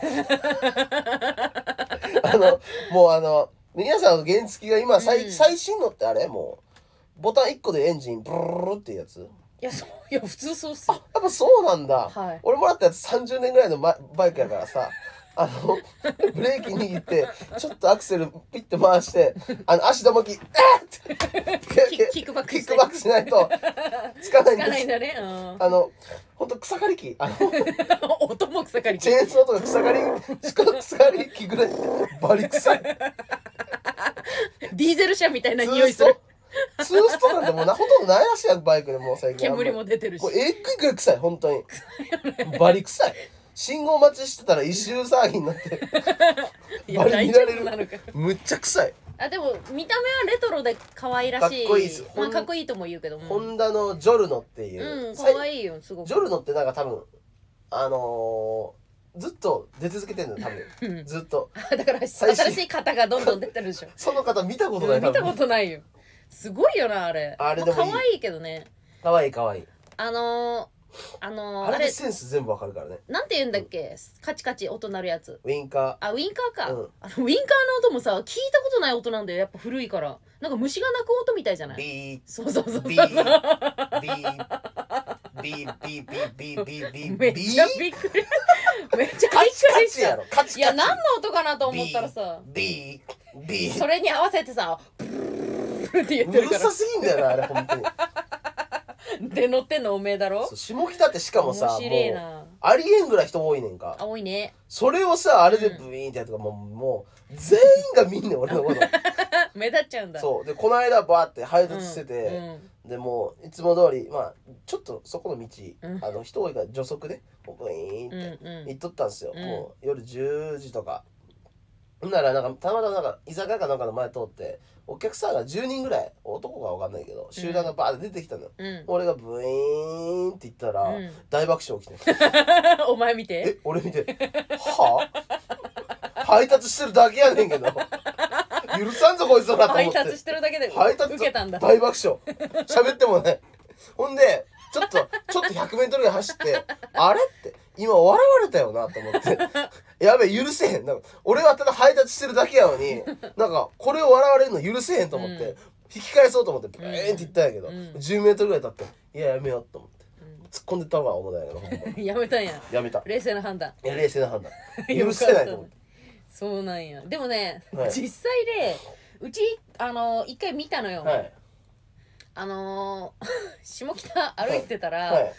もう皆さんの原付が今最新のってあれもうボタン1個でエンジンブルルルっていうやつ。 いや普通そうっすよ。 やっぱそうなんだ、俺もらったやつ30年ぐらいのバイクやからさブレーキ握ってちょっとアクセルピッて回して足玉きキックバックしないとつかないんです。 つかないんだね。 ほんと草刈り機音も草刈り機チェーンソーとか草刈り機ぐらいバリ臭い。 ディーゼル車みたいな匂いする。 ツーストなんてもうほとんどないらしいやんバイクでもう最近。 煙も出てるし。 これえっぐいぐらい臭い本当に。バリ臭い。信号待ちしてたら一周騒ぎになってバリ見られる。むっちゃ臭い。 でも見た目はレトロで可愛らしい。 かっこいいです。 まあかっこいいとも言うけども。 ホンダのジョルノっていう。 可愛いよすごく。 ジョルノってなんか多分ずっと出続けてんの多分ずっと。 だから新しい方がどんどん出てるでしょ。 その方見たことない。 見たことないよ。すごいよなあれ。あれでも可愛いけどね。 可愛い。あれでセンス全部わかるからね。 なんて言うんだっけ、カチカチ音鳴るやつ。 ウインカー。ウインカーか。ウインカーの音もさ聞いたことない音なんだよ。やっぱ古いからなんか虫が鳴く音みたいじゃない。 ビー。 そうビービーめっちゃびっくり。めっちゃびっくりした。いや何の音かなと思ったらさビーそれに合わせてさブーって言ってるから。 うるさすぎんだよなあれ本当に。 で乗ってんのおめえだろ。 下北ってしかもさ、 面白いな。 ありえんぐらい人多いねんか。 あ、多いね。 それをさ、あれでブイーンってやるとか、もう全員が見んねん俺のこと目立っちゃうんだ。 そうでこの間バーって配達してて、でもういつも通りまあちょっとそこの道、人多いから助走でブイーンって行っとったんですよ、もう夜10時とか。ほんならなんかたまたまなんか居酒屋かなんかの前通ってお客さんが10人ぐらい男が分かんないけど集団がバーって出てきたのよ、俺がブイーンって言ったら、大爆笑起きてお前見て俺見てはあ配達してるだけやねんけど許さんぞこいつらと思って配達してるだけで受けたんだ。 大爆笑喋ってもね。ほんでちょっと 100m ぐらい走ってあれって今笑われたよなと思ってやべえ許せへんなんか俺はただ配達してるだけやのになんかこれを笑われるの許せへんと思って、引き返そうと思ってブーンって言ったんやけど、10m ぐらい経っていややめようと思って、突っ込んでったわ思ったんやけどやめたんや。 やめた。 冷静な判断。 冷静な判断許せないと思って。 そうなんや。でもね、実際でうち一回見たのよ。下北歩いてたら、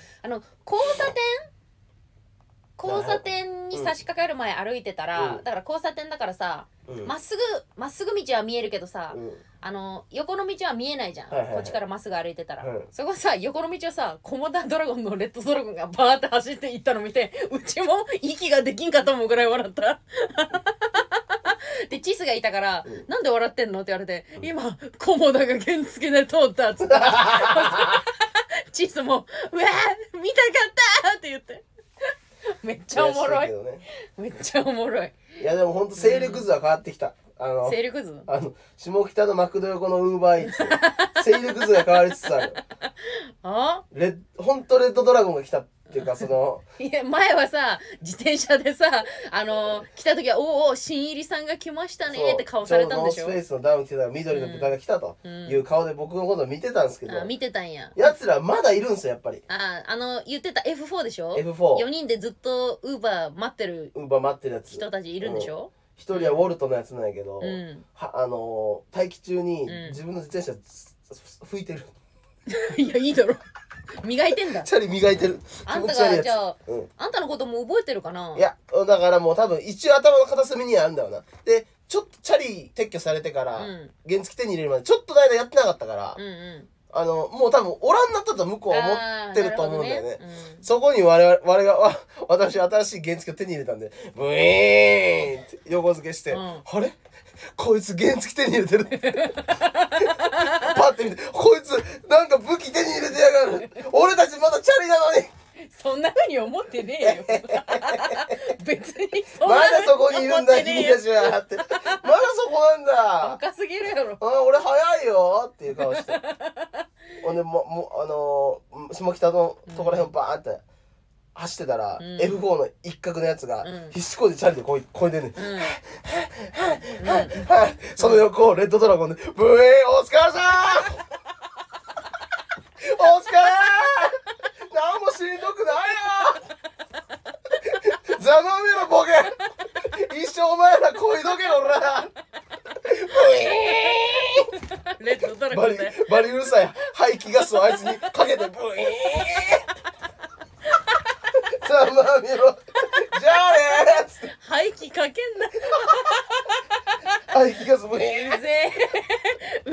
交差点に差し掛かる前歩いてたら、だから交差点だからさ、まっすぐ道は見えるけどさ、横の道は見えないじゃん、こっちからまっすぐ歩いてたら、そこさ横の道をさコモダドラゴンのレッドドラゴンがバーって走っていったの見て、うちも息ができんかと思うぐらい笑ったでチスがいたから「なんで笑ってんの?」って言われて「今コモダが原付で通った」っつったらチスも「うわー見たかった!」って言ってめっちゃおもろい、めっちゃおもろい。 いやでもほんと勢力図は変わってきた。 勢力図下北のマクド横のウーバーイーツ勢力図が変わりつつある。ほんとレッドドラゴンが来たっていうかいや前はさ自転車でさ来た時は「おお新入りさんが来ましたね」って顔されたんでしょ。 ノースフェイスのダウン着てたら緑の豚が来たという顔で僕のことを見てたんですけど、 見てたんや。 やつらまだいるんすよやっぱり。 言ってた F4 でしょ。 F4 4人でずっとウーバー待ってるやつ人たちいるんでしょ。 一人はウォルトのやつなんやけど、待機中に自分の自転車拭いてるいやいいだろ磨いてんだ。 チャリ磨いてる。 あんたがじゃあ、あんたのことも覚えてるかな。 いやだからもう多分一応頭の片隅にはあるんだよな。でちょっとチャリ撤去されてから、原付手に入れるまでちょっとの間やってなかったから、もう多分おらんなったと向こうは思ってると思うんだよね。そこに私新しい原付を手に入れたんでブイーンって横付けして、あれこいつ原付手に入れてるパッて見てこいつなんか武器手に入れてやがる俺たちまだチャリなのにそんな風に思ってねえよ別にそんなまだそこにいるんだ君たちはってまだそこなんだバカすぎるやろ俺早いよっていう顔してほんで下北のとこら辺バーンって走ってたら、F4 の一角のやつが、必死こいでチャリでこいでんねん。その横をレッドドラゴンで、ブーお疲れさんお疲れなんもしんどくないよざまめろボケ一生お前らこいどけよおらレッドドラゴンでバリうるさい排気ガスをあいつにかけてブーざまみろじゃあねーっつって排気かけんな排気ガスブーうぜえ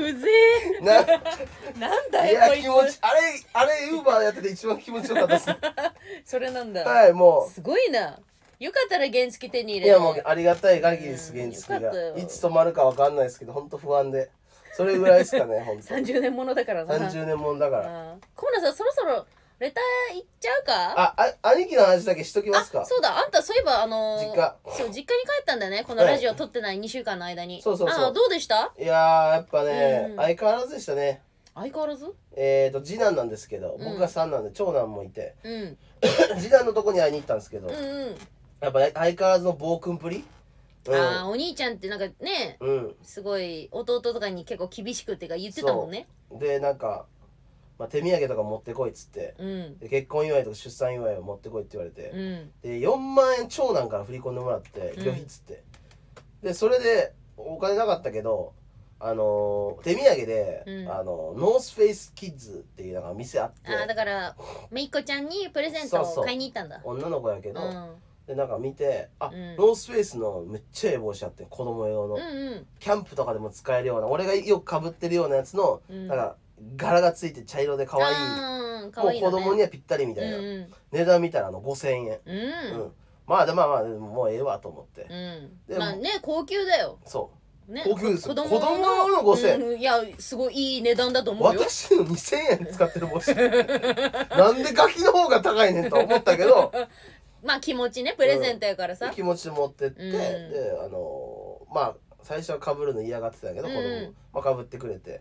なんだよこいつ。 気持ちあれウーバーやってて一番気持ちよかったですそれなんだ。 はいもうすごいな。よかったら原付手に入れて。 いやもうありがたい限りです原付がいつ止まるかわかんないですけど本当不安でそれぐらいですかね本当 30年ものだからな。 30年ものだから小村さんそろそろレター行っちゃうか。 兄貴の話だけしときますか。 そうだあんたそういえば実家に帰ったんだよねこのラジオ撮ってない2週間の間に。そうどうでした。 いややっぱね相変わらずでしたね。 相変わらず次男なんですけど僕が三男で長男もいて次男のとこに会いに行ったんですけどやっぱ相変わらずの暴君ぶり。 お兄ちゃんってなんかねすごい弟とかに結構厳しくっていうか言ってたもんね。 でなんか手土産とか持ってこいっつって、で結婚祝いとか出産祝いを持ってこいって言われて、で4万円長男から振り込んでもらって旅費っつって、でそれでお金なかったけど手土産で、ノースフェイスキッズっていうなんか店あって、 だからめいっ子ちゃんにプレゼントを買いに行ったんだ。 そう女の子やけど、でなんか見てノースフェイスのめっちゃええ帽子あって、子供用の、キャンプとかでも使えるような、俺がよくかぶってるようなやつの、なんか柄がついて茶色で可愛い、もう子供にはぴったりみたいな、値段見たら5000円、まあもうええわと思って、 まあね高級だよ。 そうね、 高級です。子供用の5000円、 いやすごいいい値段だと思うよ。 私の2000円使ってる帽子なんでガキの方が高いねんと思ったけどまあ気持ちね、プレゼントやからさ、 気持ちで持ってって、でまあ最初はかぶるの嫌がってたんやけど、子供もかぶってくれて、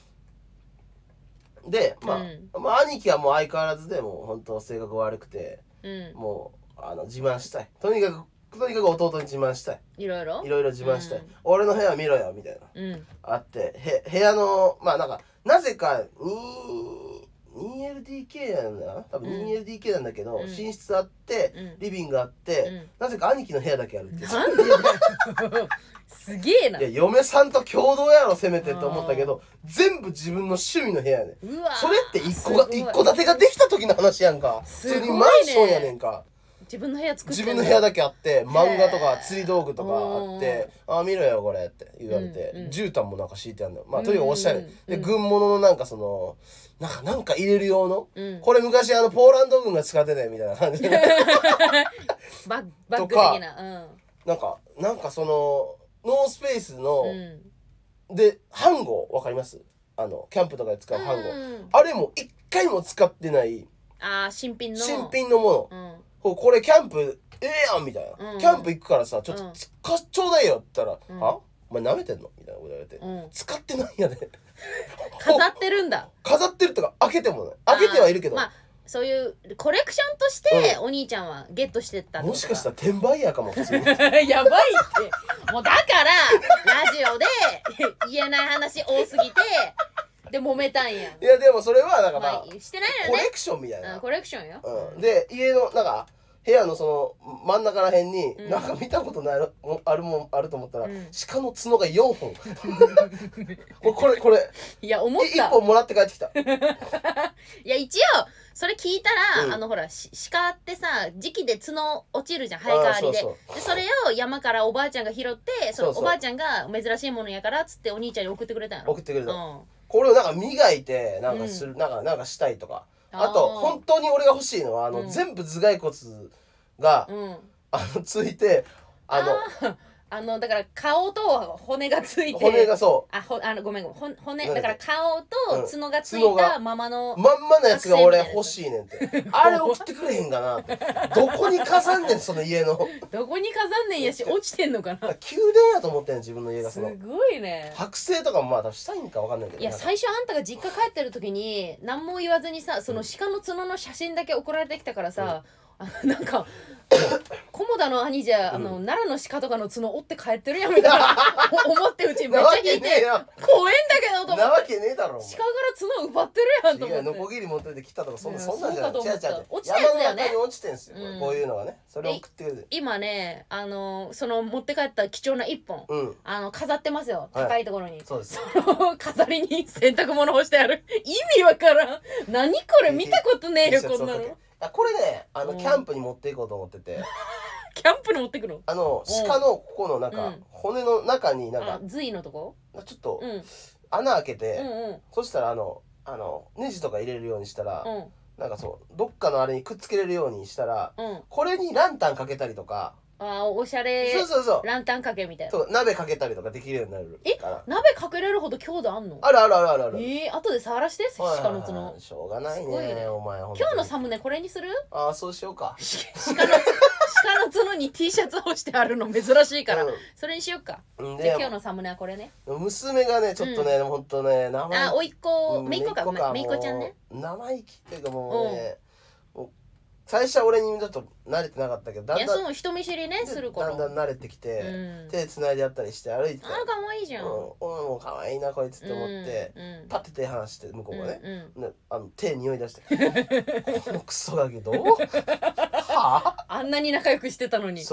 でまあ兄貴はもう相変わらずでもう本当性格悪くて、もう自慢したい、とにかく弟に自慢したい、いろいろ自慢したい、俺の部屋見ろよみたいな、あって部屋のまあなんかなぜか2LDK なんだな、多分 2LDK なんだけど、寝室あってリビングあって、なぜか兄貴の部屋だけあるっていう。 なんでだよすげえな。 いや嫁さんと共同やろせめてって思ったけど、全部自分の趣味の部屋ね。それって一戸建てができた時の話やんか。普通にマンションやねんか。 自分の部屋作って自分の部屋だけあって、漫画とか釣り道具とかあって、見ろよこれって言われて、絨毯もなんか敷いてあるの。まあとにかくおしゃれで、軍物のなんかそのなんか入れる用の、これ昔ポーランド軍が使ってねみたいな感じでバッグ的な、 なんかそのノースペースの、で飯盒わかります？キャンプとかで使う飯盒、あれも一回も使ってない、 新品のもの、これキャンプええやんみたいな、キャンプ行くからさちょっとちょうだいよって言ったら、はお前舐めてんのみたいなこと言われて、使ってないやね飾ってるんだ。 飾ってるとか開けてもない開けてはいるけど、 そういうコレクションとしてお兄ちゃんはゲットしてったってことか。 もしかしたら転売ヤーかも普通にやばいってもうだからラジオで言えない話多すぎてで揉めたんや。いやでもそれはなんかしてないよね、 コレクションみたいな、 コレクションよ、 で家のなんか部屋のその真ん中ら辺に、なんか見たことないあると思ったら、鹿の角が4本これいや思った 1本もらって帰ってきたいや一応それ聞いたら、ほら鹿ってさ時期で角落ちるじゃん、生え変わりで。でそれを山からおばあちゃんが拾って、そのおばあちゃんが珍しいものやからっつってお兄ちゃんに送ってくれたんやろ。 送ってくれた、これをなんか磨いてなんかする、なんかしたいとか、あと本当に俺が欲しいのは全部頭蓋骨が、ついてだから顔と骨がついて、 骨がごめん骨だから顔と角がついたまんまのやつが俺欲しいねんってあれ送ってくれへんかなってどこに飾んねんその家のどこに飾んねんやし落ちてんのかな、 宮殿やと思ってん自分の家が。 すごいね。 剥製とかもまあしたいんか分かんないけど、 いや最初あんたが実家帰ってる時に何も言わずにさ、その鹿の角の写真だけ送られてきたからさ、なんか菰田の兄じゃ奈良の鹿とかの角折って帰ってるやんみたいな思ってうちめっちゃ聞いて怖えんだけどと思って、 なわけねえだろ、 鹿から角奪ってるやんと思って、 ノコギリ持ってて来たとかそんなんじゃない、 落ちたやつだよね。 山の中に落ちてんすよ、こういうのがね。それ送ってくれて今ねその持って帰った貴重な1本、飾ってますよ、高いところに。 そうです。 飾りに洗濯物干してある意味わからん。何これ見たことねえよこんなの。 これねキャンプに持っていこうと思っててキャンプに持ってくの？ 鹿のここのなんか骨の中になんか髄のとこちょっと穴開けて、そしたらネジとか入れるようにしたら、なんかどっかのあれにくっつけれるようにしたら、これにランタンかけたりとか、 おしゃれランタンかけみたいな、 鍋かけたりとかできるようになるから。 鍋かけれるほど強度あんの？ ある。 後で触らして鹿の角。 しょうがないねお前。 今日のサムネこれにする？ そうしようか。 鹿の角に T シャツ干してあるの珍しいから、それにしようか。じゃあ今日のサムネはこれね。 娘がねちょっとねほんとねおいっ子めいっ子かめいっ子ちゃんね。 生意気っていうかもうね、最初は俺にちょっと慣れてなかったけど、だんだん人見知りねするからだんだん慣れてきて、手繋いでやったりして歩いてた。 かわいいじゃん。 もうかわいいなこいつって思って、パッて手離して向こうがね、手匂い出してこのクソガキどうはあんなに仲良くしてたのにそう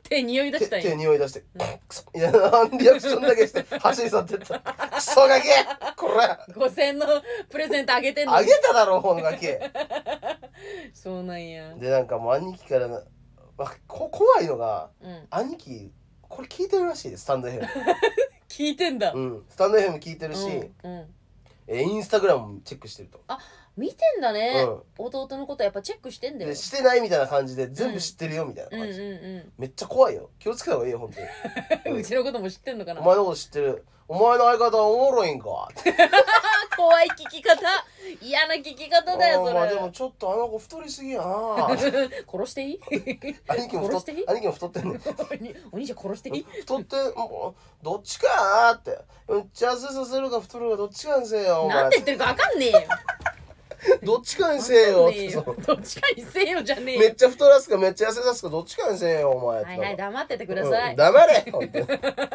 手匂い出したんや。 手匂い出して、クソいやリアクションだけして走り去ってった。クソガキこら 5000円のプレゼントあげてんの。 あげただろほんガキそうなんや。 でなんかもう兄貴から怖いのが、兄貴これ聞いてるらしいです、スタンド FM 聞いてんだ。 スタンド FM 聞いてるし、インスタグラムもチェックしてると。 あ、見てんだね、弟のことやっぱチェックしてんだよ。 でしてないみたいな感じで全部知ってるよみたいな感じ、めっちゃ怖いよ、気をつけた方がいいよ本当に、 うちのことも知ってんのかな。 お前のこと知ってる、お前の相方はおもろいんか怖い聞き方、嫌な聞き方だよそれ。 まあでもちょっとあの子太りすぎやな殺していい兄貴も太ってんねんお兄ちゃん殺していい太ってどっちかーってめっちゃ痩せさせるか太るかどっちかにせえよお前なんて言ってるか分かんねえよどっちかにせえよってどっちかにせえよじゃねえよ。 めっちゃ太らすかめっちゃ痩せさすかどっちかにせえよお前はいはい黙っててください、 黙れ本当に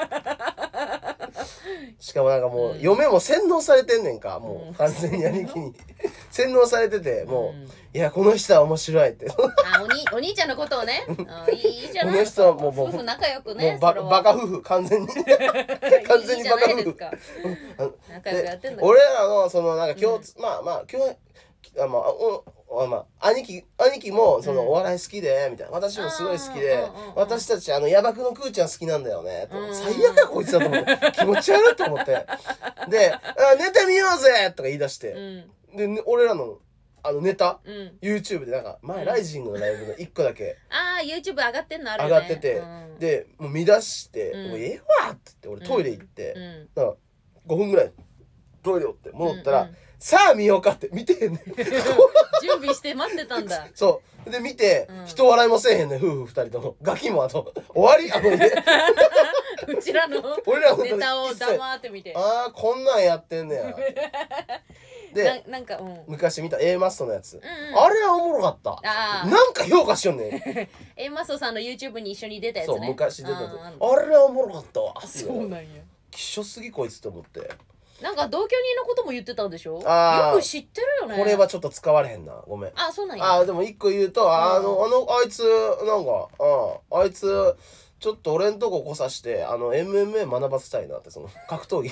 しかもなんかもう、嫁も洗脳されてんねんかもう完全に兄貴に洗脳されててもう、いやこの人は面白いってお兄ちゃんのことをねいいじゃない。 この人はもう夫婦仲良くね。 もうバカ夫婦完全に完全にバカ夫婦仲良くやってんだ。 俺らのそのなんか今日兄貴もそのお笑い好きでみたいな、私もすごい好きで、私たちヤバくのくーちゃん好きなんだよね最悪やこいつだと思って気持ち悪いと思ってでネタ見ようぜとか言い出してで俺らのネタ YouTube でなんか前ライジングのライブの1個だけ YouTube 上がってんのあるよね、上がっててでもう見出してもうええわって言って俺トイレ行ってだから5分ぐらいトイレおって戻ったらさあ見ようかって見てへんねん準備して待ってたんだそうで見て人笑いもせえへんねん夫婦2人ともガキも終わりうちらのネタを黙って見てああこんなんやってんねやでなんか昔見た A マストのやつあれはおもろかったなんか評価しよんねんA マストさんの YouTube に一緒に出たやつね。 そう昔出たやつあれはおもろかったわそうなんやきしょすぎこいつと思ってなんか同居人のことも言ってたんでしょ。よく知ってるよね。 これはちょっと使われへんなごめん。 そうなんや。 でも一個言うとあいつなんかあいつちょっと俺んとこ来さしてMMA 学ばせたいなってその格闘技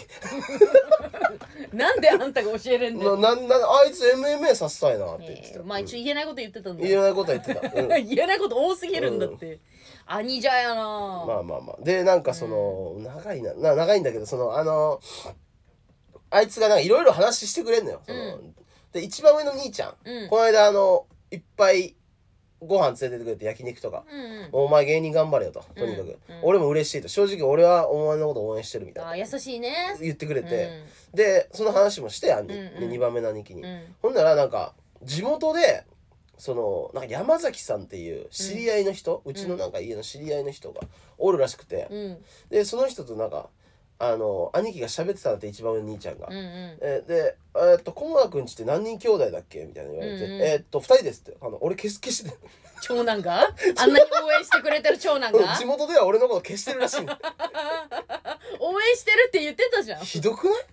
なんであんたが教えれんねんあいつ MMA させたいなって言ってた、 まあ一応言えないこと言ってたんだ。 言えないことは言ってた、 言えないこと多すぎるんだって、兄じゃやな。 まあでなんかその、長いんだけどそのあいつがなんかいろいろ話してくれんのよで一番上の兄ちゃん、この間いっぱいご飯連れてってくれて焼肉とか、お前芸人頑張れよととにかく、俺も嬉しいと正直俺はお前のこと応援してるみたいな優しいね言ってくれて、でその話もして2番目の兄貴に、ほんならなんか地元でそのなんか山崎さんっていう知り合いの人、うちのなんか家の知り合いの人がおるらしくて、でその人となんか兄貴が喋ってたんだって一番上の兄ちゃんが、で菰田くんちって何人兄弟だっけみたいな言われて、2人ですって俺消して長男があんなに応援してくれてる長男が地元では俺のこと消してるらしいの応援してるって言ってたじゃん。 ひどくない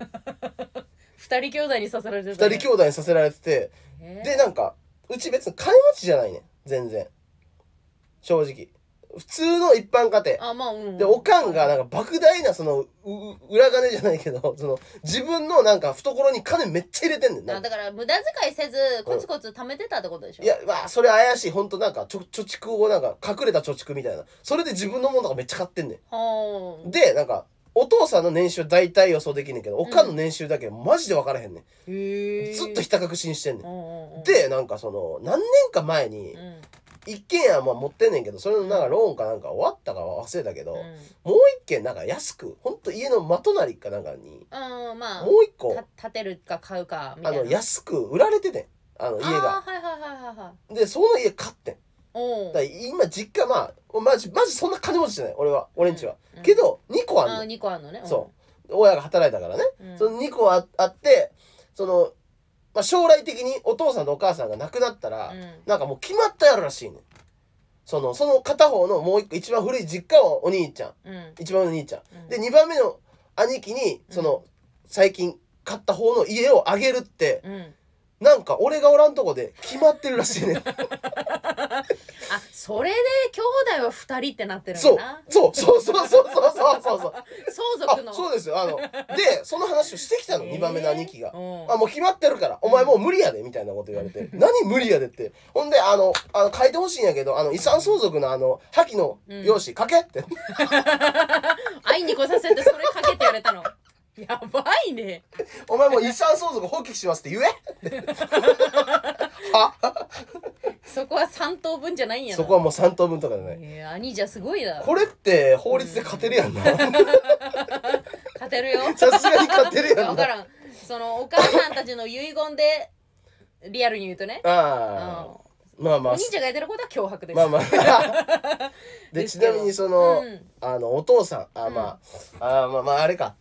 2人兄弟にさせられてた、 2人兄弟にさせられてて、でなんかうち別に金持ちじゃないねん全然正直普通の一般家庭でおかんがなんか莫大なその裏金じゃないけどその自分のなんか懐に金めっちゃ入れてんねんだから無駄遣いせずコツコツ貯めてたってことでしょ。 いやそれ怪しい本当なんか貯蓄をなんか隠れた貯蓄みたいなそれで自分のものとかめっちゃ買ってんねんでなんかお父さんの年収は大体予想できんねんけどおかんの年収だけマジで分からへんねん、ずっとひた隠しにしてんねん、でなんかその何年か前に、一軒家は持ってんねんけどそれのなんかローンかなんか終わったかは忘れたけど、もう一軒なんか安くほんと家の真隣かなんかに、もう一個建てるか買うかみたいな安く売られててん家がでその家買ってんだ今実家マジそんな金持ちじゃない俺んちは、けど2個あんの 2個あんのね、 そう親が働いたからね、その2個あってその将来的にお父さんとお母さんが亡くなったら、なんかもう決まったやろらしいねんその片方のもう一個一番古い実家をお兄ちゃん、一番上の兄ちゃん、で2番目の兄貴にその、最近買った方の家をあげるってなんか俺がおらんとこで決まってるらしいね。 あ、それで兄弟は2人ってなってるそうのかな。 そう相続の。 そうですよ。でその話をしてきたの、2番目の兄貴が。もう決まってるからお前もう無理やでみたいなこと言われて、何無理やでって。ほんで書いてほしいんやけど遺産相続の破棄の用紙書けって。 会いに来させてそれ書けって言われたの。やばいね。 お前もう遺産相続放棄しますって言え。はそこは3等分じゃないんやな。 そこはもう3等分とかじゃない。 兄じゃすごいな。 これって法律で勝てるやんな。 勝てるよ。 さすがに勝てるやんな。 分からん。そのお母さんたちの遺言でリアルに言うとね。 ああ。まあまあ。 お兄ちゃんが言ってることは脅迫です。 まあまあ。でちなみにお父さんまああれか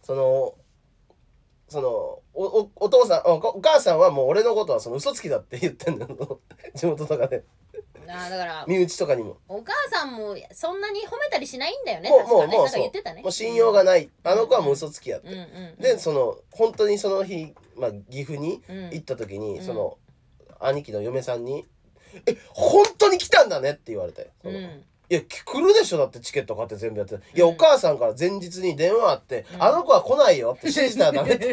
お父さんお母さんはもう俺のことは嘘つきだって言ってんのよ。地元とかで。 だから身内とかにもお母さんもそんなに褒めたりしないんだよね。 もうなんか言ってたね。 もう信用がない。あの子はもう嘘つきやって。で本当にその日岐阜に行った時に兄貴の嫁さんに本当に来たんだねって言われて。いや来るでしょ、だってチケット買って全部やって。いやお母さんから前日に電話あってあの子は来ないよって信じたらダメって。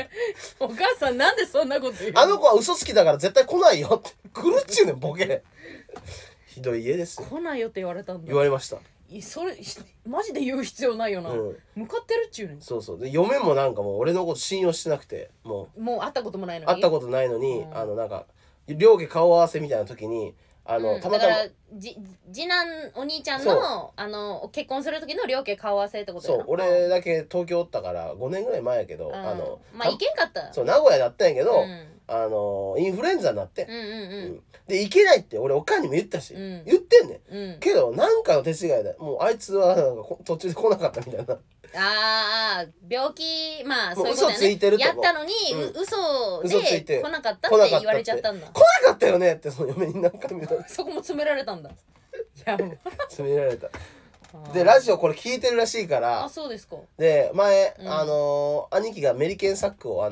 お母さんなんでそんなこと言うの？あの子は嘘つきだから絶対来ないよって。来るっちゅうねんボケ。ひどい家ですよ。 来ないよって言われたんだ。 言われました。 それマジで言う必要ないよな。向かってるっちゅうねん。 そうで嫁もなんかもう俺のこと信用してなくてもう会ったこともないのに。 会ったことないのになんか両家顔合わせみたいな時にたまたまだから次男お兄ちゃんの結婚する時の両家顔合わせってことやな。 そう俺だけ東京おったから5年ぐらい前やけどまあ行けんかった。 そう名古屋だったんやけどインフルエンザになってで行けないって俺おかんにも言ったし言ってんねんけどなんかの手違いでもうあいつはなんか途中で来なかったみたいな。 病気まあそういうことやね。 やったのに嘘で来なかったって言われちゃったんだ。 来なかったよねってその嫁に何回も言った。 そこも詰められたんだ。やば。 詰められた。でラジオこれ聞いてるらしいから。 あ、そうですか。 で前兄貴がメリケンサックを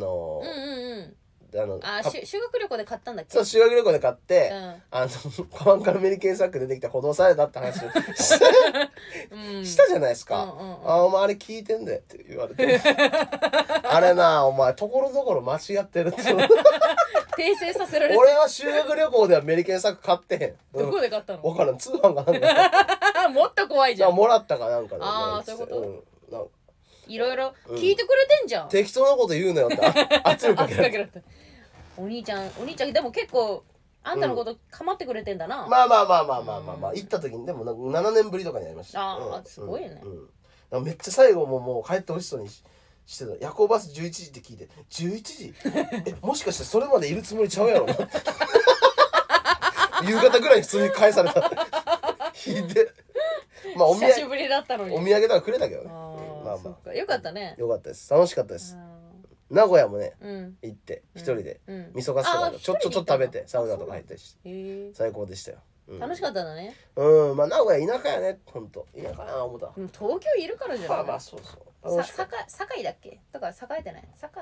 修学旅行で買ったんだっけ。 そう修学旅行で買ってカバンからメリケンサック出てきて補導されたって話をしたじゃないですか。お前あれ聞いてんだよって言われてあれなお前ところどころ間違ってるって訂正させられて。 俺は修学旅行ではメリケンサック買ってへん。 どこで買ったの？ 分からん、通販かなんかもっと怖いじゃん。 もらったかなんかで。 そういうこと。いろいろ聞いてくれてんじゃん。 適当なこと言うなよって圧力かけられた。 お兄ちゃんでも結構あんたのこと構ってくれてんだな。 まあ行った時にでも7年ぶりとかにありました。 すごいね。 めっちゃ最後もう帰ってほしそうにしてた。夜行バス11時って聞いて11時もしかしてそれまでいるつもりちゃうやろな夕方ぐらいに普通に返された。ひでまあ久しぶりだったのにお土産とかくれたけどね。 よかったね。 よかったです。楽しかったです。名古屋もね行って一人で味噌カツとかちょっと食べてサウナとか入ったりして最高でしたよ。 楽しかったんだね。 まあ名古屋田舎やね。ほんと田舎やな思った。 東京いるからじゃない。 まあそう堺だっけ。だから栄えてない。 栄か。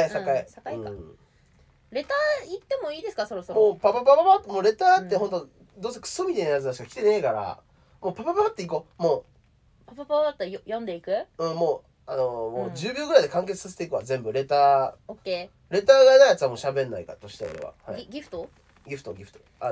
レター行ってもいいですかそろそろ。 もうパパもうレターってほんとどうせクソみたいなやつしか来てねえからもうパパって行こう。もうパパって読んでいく。 もう10秒ぐらいで完結させていくわ全部レター。 オッケー。レターがないやつはもう喋んないからとして俺は。 ギフト。 ギフトコ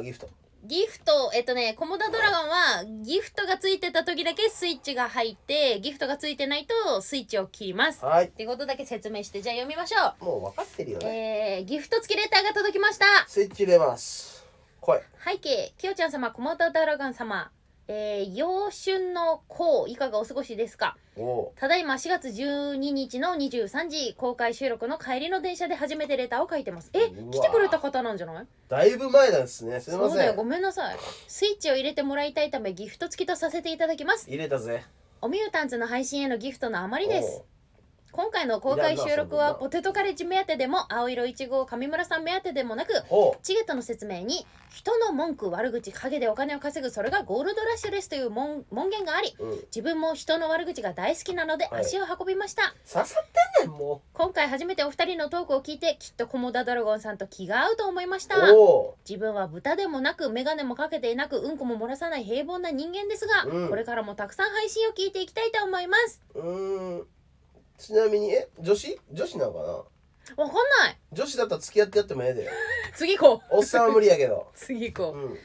モダドラゴンはギフトがついてた時だけスイッチが入ってギフトがついてないとスイッチを切ります。ってことだけ説明してじゃあ読みましょう。 もう分かってるよね。 ギフト付きレターが届きました。 スイッチ入れます。来い。 背景きよちゃん様コモダドラゴン様陽春の候いかがお過ごしですか。ただいま4月12日の23時公開収録の帰りの電車で初めてレターを書いてます。来てくれた方なんじゃない？ だいぶ前なんですね。すいません。 そうだよごめんなさい。スイッチを入れてもらいたいためギフト付きとさせていただきます。 入れたぜ。 おミュータンツの配信へのギフトの余りです。 今回の公開収録はポテトカレッジ目当てでも青色1号上村さん目当てでもなく、チゲットの説明に人の文句悪口陰でお金を稼ぐそれがゴールドラッシュですという文言があり、自分も人の悪口が大好きなので足を運びました、 刺さってんねんもう。 今回初めてお二人のトークを聞いてきっとコモダドラゴンさんと気が合うと思いました。自分は豚でもなくメガネもかけていなくうんこも漏らさない平凡な人間ですが、これからもたくさん配信を聞いていきたいと思います。 ちなみに女子なのかな。わかんない。 女子だったら付き合ってやってもええで。 次行こう。おっさんは無理やけど。 次行こう。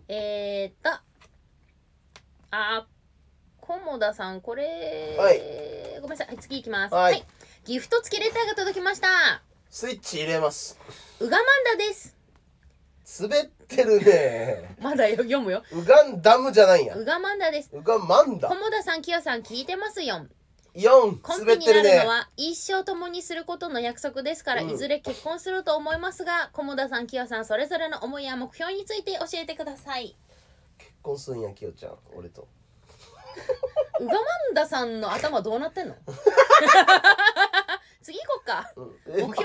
菰田さんこれ、ごめんなさい、はい、次行きます。はい、ギフト付きレターが届きました。 スイッチ入れます。 ウガマンダです。 滑ってるね。 まだ読むよ。 ウガンダムじゃないんや。 ウガマンダです。 ウガマンダ。 菰田さん、キヨさん聞いてますよ。 4 コンペになるのは一生共にすることの約束ですから、いずれ結婚すると思いますが、菰田さん、キヨさんそれぞれの思いや目標について教えてください。 結婚するんや、キヨちゃん、俺と。 ウガマンダさんの頭どうなってんの？次行こっか。目標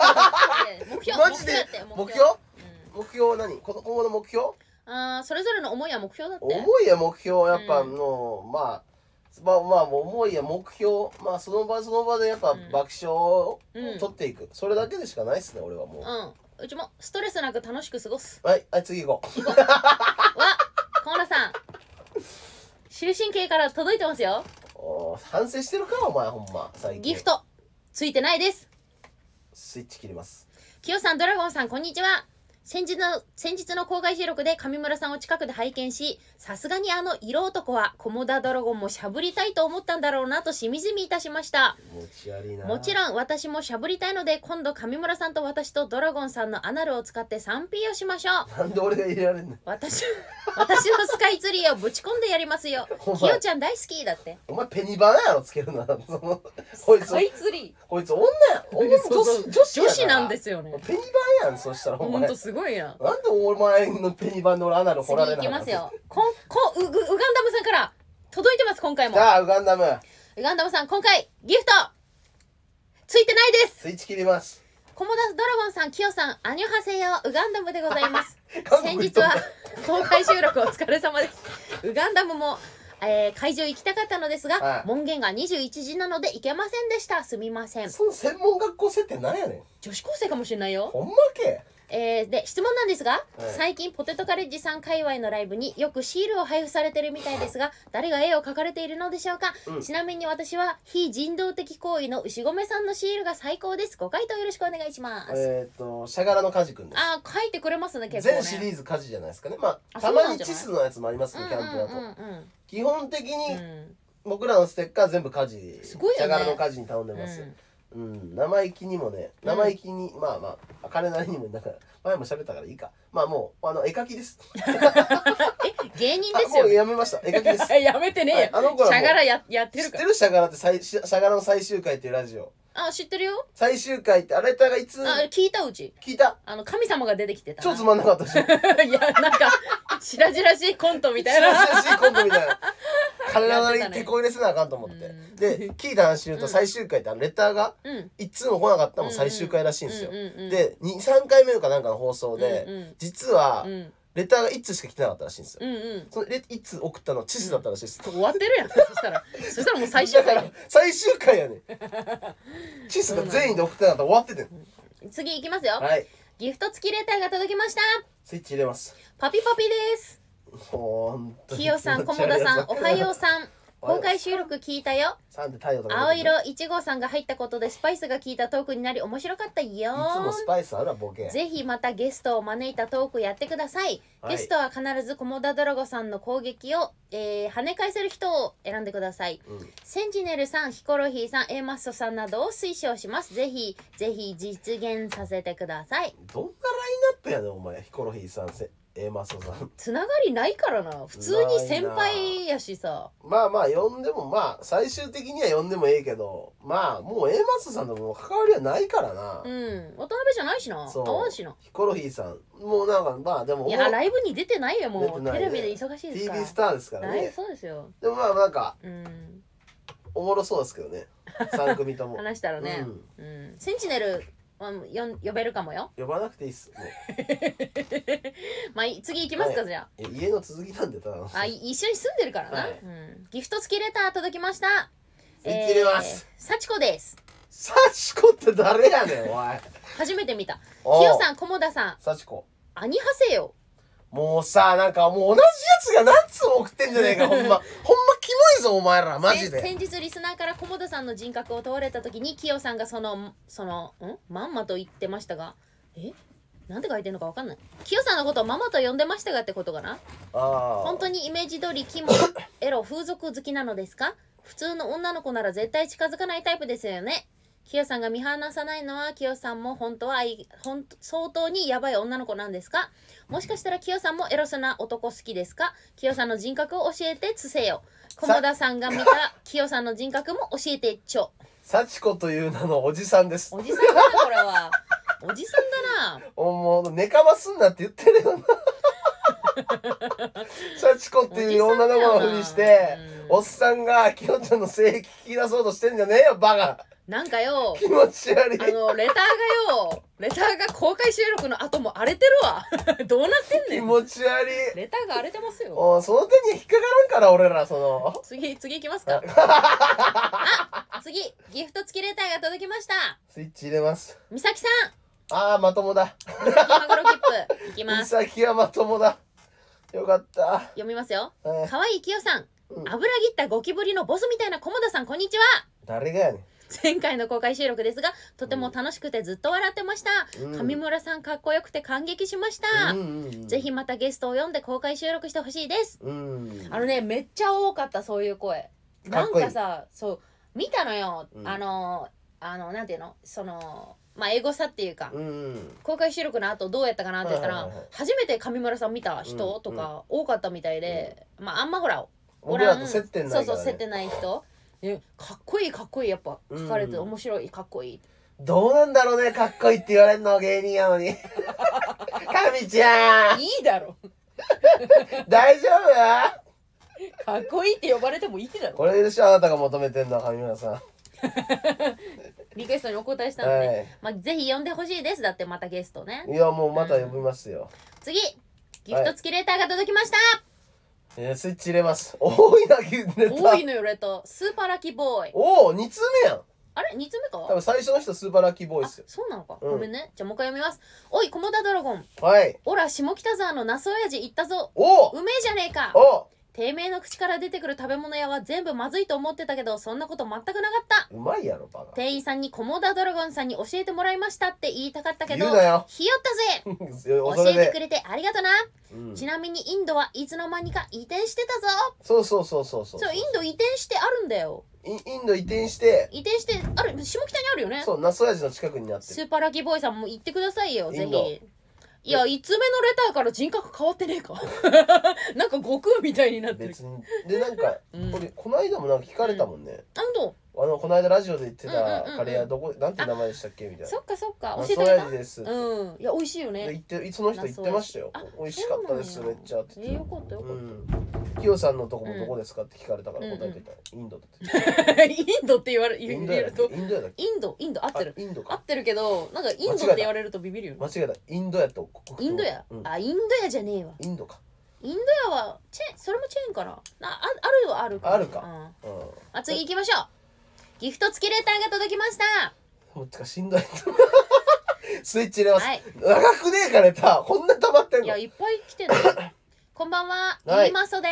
は何？今後の目標？ それぞれの思いや目標だって。 思いや目標やっぱまあ思いや目標、まあその場でやっぱ爆笑を取っていく、それだけでしかないっすね、俺はもう。うちもストレスなく楽しく過ごす。 はい、次行こう。 菰田さん、終身刑から届いてますよ。 反省してるかお前、ほんま最近。 ギフトついてないです。 スイッチ切ります。 キヨさん、ドラゴンさん、こんにちは。先日の公開収録で上村さんを近くで拝見し、さすがにあの色男はコモダドラゴンもしゃぶりたいと思ったんだろうなとしみじみいたしました。もちろん私もしゃぶりたいので、今度上村さんと私とドラゴンさんのアナルを使って 3P をしましょう。 なんで俺が入れられんの？ 私のスカイツリーをぶち込んでやりますよ。キヨちゃん大好きだって。 お前ペニバナやろつけるな。 スカイツリーこいつ女女子なんですよね。 ペニバンやん。そしたらお前ほんとすごいな。 なんでお前のペニバンで俺アナル掘られないの？ 次行きますよ。ウガンダムさんから届いてます。今回も。 さあウガンダムさん、今回ギフトついてないです。 スイッチ切ります。 コモダドラゴンさん、キヨさん、アニョハセヨ、ウガンダムでございます。先日は公開収録お疲れ様です。ウガンダムも会場行きたかったのですが、門限が21時なので行けませんでした。すみません。 その専門学校設定なんやねん。 女子高生かもしれないよ。 ほんまけ。 で質問なんですが、最近ポテトカレッジさん界隈のライブによくシールを配布されてるみたいですが、誰が絵を描かれているのでしょうか？ちなみに私は非人道的行為の牛込さんのシールが最高です。ご回答よろしくお願いします。 シャガラのカジ君です。 書いてくれますね、結構ね。 全シリーズカジじゃないですかね。まあたまにチスのやつもありますね、キャンプだと。基本的に僕らのステッカー全部カジ、シャガラのカジに頼んでます。生意気にもね、生意気に、まあ彼なりにも、だから前も喋ったからいいか。まあもう絵描きです。 芸人ですよ。 もうやめました。絵描きです。 やめてねえよ。シャガラやってるから。 知ってる？シャガラってシャガラの最終回っていうラジオ。 知ってるよ。 最終回ってあれがいつ？ 聞いた。うち聞いた。 神様が出てきてた。 超つまんなかったし。いやなんか白々しいコントみたいな。 白々しいコントみたいな。体に手こ入れせなあかんと思って。で聞いた話言うと最終回ってレターがいつも来なかったのも最終回らしいんですよ。で3回目のかなんかの放送で実はレターが1通しか来てなかったらしいんですよ。その1通送ったのチスだったらしいです。 終わってるやん。そしたらもう最終回。 最終回やね。チスが全員で送ってなかったら終わってて。 次行きますよ。ギフト付きレターが届きました。 スイッチ入れます。 パピパピです。キヨさん、菰田さん、おはようさん。公開収録聞いたよ。青色1号さんが入ったことでスパイスが効いたトークになり面白かったよ。いつもスパイスあるわボケ。 ぜひまたゲストを招いたトークやってください。ゲストは必ずコモダドラゴさんの攻撃を、跳ね返せる人を選んでください。センジネルさん、ヒコロヒーさん、Aマッソさんなどを推奨します。ぜひ実現させてください。 どんなラインナップやねんお前。ヒコロヒーさん、マスオさんつながりないからな。普通に先輩やしさ。 まあ呼んでも最終的には呼んでもええけど、もう A マスオさんとも関わりはないからな。 渡辺じゃないしな。合わんしな。 ヒコロヒーさんもうなんかでもいやライブに出てないよ。もうテレビで忙しいですから。 TV スターですからね。 そうですよ。 でもなんかおもろそうですけどね3組とも話したらね、センチネル呼べるかもよ。 呼ばなくていいっすもうまあ次行きますか、じゃあ。 家の続きなんでただ一緒に住んでるからな、ギフト付きレター届きました。 入れます。 幸子です。 幸子って誰やねんおい。 初めて見た。きよさん、菰田さん、 幸子兄派せよ。 もうさ、なんかもう同じやつが何通も送ってんじゃねえかほんまキモいぞお前らマジで。 先日リスナーから菰田さんの人格を問われた時にきよさんがまんまと言ってましたが、なんて書いてんのか分かんない。きよさんのことをママと呼んでましたがってことかな。本当にイメージ通りキモエロ風俗好きなのですか。普通の女の子なら絶対近づかないタイプですよね。きよさんが見放さないのはきよさんも本当は相当にヤバい女の子なんですか。もしかしたらきよさんもエロスな男好きですか。きよさんの人格を教えてつせよ。菰田さんが見たきよさんの人格も教えてちょ。 幸子という名のおじさんです。 おじさんだなこれは。おじさんだな。 もう寝かますんなって言ってるよな幸子っていう女の子のふりして、おっさんがきよちゃんの性癖聞き出そうとしてんじゃねえよバカ。 なんかよ、 気持ち悪い。 レターが公開収録の後も荒れてるわどうなってんねん。 気持ち悪い。 レターが荒れてますよ。 その手に引っかからんから俺ら次行きますか次ギフト付きレターが届きました。 スイッチ入れます。 みさきさん。まともだ。 みさきマグロ切符いきます。 みさきはまともだ。よかった。 読みますよ。かわいいきよさん、油切ったゴキブリのボスみたいな菰田さん、こんにちは。 誰がやねん。 前回の公開収録ですがとても楽しくてずっと笑ってました。上村さんかっこよくて感激しました。ぜひまたゲストを呼んで公開収録してほしいです。めっちゃ多かったそういう声。なんかさ、そう見たのよ。なんていうの、エゴサっていうか、公開収録の後どうやったかなって言ったら、初めて上村さん見た人とか多かったみたいで、あんまほら俺らと接点ないからね。 接点ない人かっこいいやっぱ書かれて面白い、かっこいい。 どうなんだろうね、かっこいいって言われんの芸人やのに神ちゃんいいだろ大丈夫や。 かっこいいって呼ばれてもいいだろ。 これでしょあなたが求めてんのは上村さんリクエストにお答えしたんで、ぜひ呼んでほしいです。だってまたゲストね。 いやもうまた呼びますよ。 次ギフト付きレターが届きました。 スイッチ入れます。多いなギフトレター。 多いのよレター。スーパーラッキーボーイ。 2通目やん。 あれ2通目か。 多分最初の人スーパーラッキーボーイっすよ。 そうなのか、ごめんね。じゃあもう一回読みます。おい菰田ドラゴン。おら下北沢のナス親父行ったぞ。うめえじゃねえか。てめえの口から出てくる食べ物屋は全部まずいと思ってたけどそんなこと全くなかった。 うまいやろバカ。 店員さんに菰田ドラゴンさんに教えてもらいましたって言いたかったけど言うなよ。 ひよったぜ教えてくれてありがとな。ちなみにインドはいつの間にか移転してたぞ。そうインド移転してあるんだよ。 インド移転してある、下北にあるよね。 そう、ナス親父の近くになってる。 スーパーラッキーボーイさんも行ってくださいよぜひ。いや、5つ目のレターから人格変わってねえかなんか悟空みたいになってる。別にでなんか、この間もなんか聞かれたもんね。この間ラジオで言ってたカレー屋どこなんて名前でしたっけみたいな。 そっか教えてくれた。です。 いや美味しいよね。 その人言ってましたよ。美味しかったですめっちゃって。 よかったよかった。 きよさんのとこもどこですかって聞かれたから答えてた。インドだって。 インドって言われるとインドやだっけ。 インド合ってる。 インド合ってるけどなんかインドって言われるとビビるよね。 間違えた。インドやと。 インドや。インドやじゃねえわ。 インドか。 インドやはそれもチェーンかな。あるか。次行きましょう。ギフト付きレターが届きました。 もうしんどいスイッチ入れます。長くねえかレターこんな溜まってんの。 いやいっぱい来てるこんばんは、イーマッソです。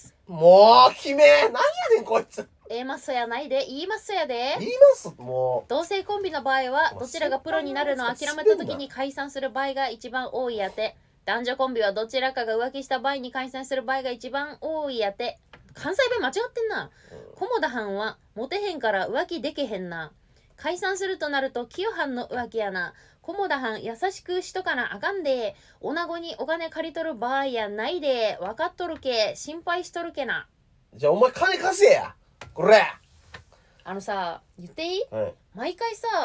もう決めなんやねんこいつ。 マッソやないで、イーマッソやで。 イーマッソもう同性コンビの場合はどちらがプロになるのを諦めた時に解散する場合が一番多いやて。男女コンビはどちらかが浮気した場合に解散する場合が一番多いやて。関西弁間違ってんな。菰田はんはモテへんから浮気でけへんな。解散するとなると清はんの浮気やな。菰田はん優しくしとかなあかんで。女子にお金借りとる場合やないで。分かっとるけ心配しとるけな。 じゃあお前金貸せやこれ。 さ言っていい、毎回さ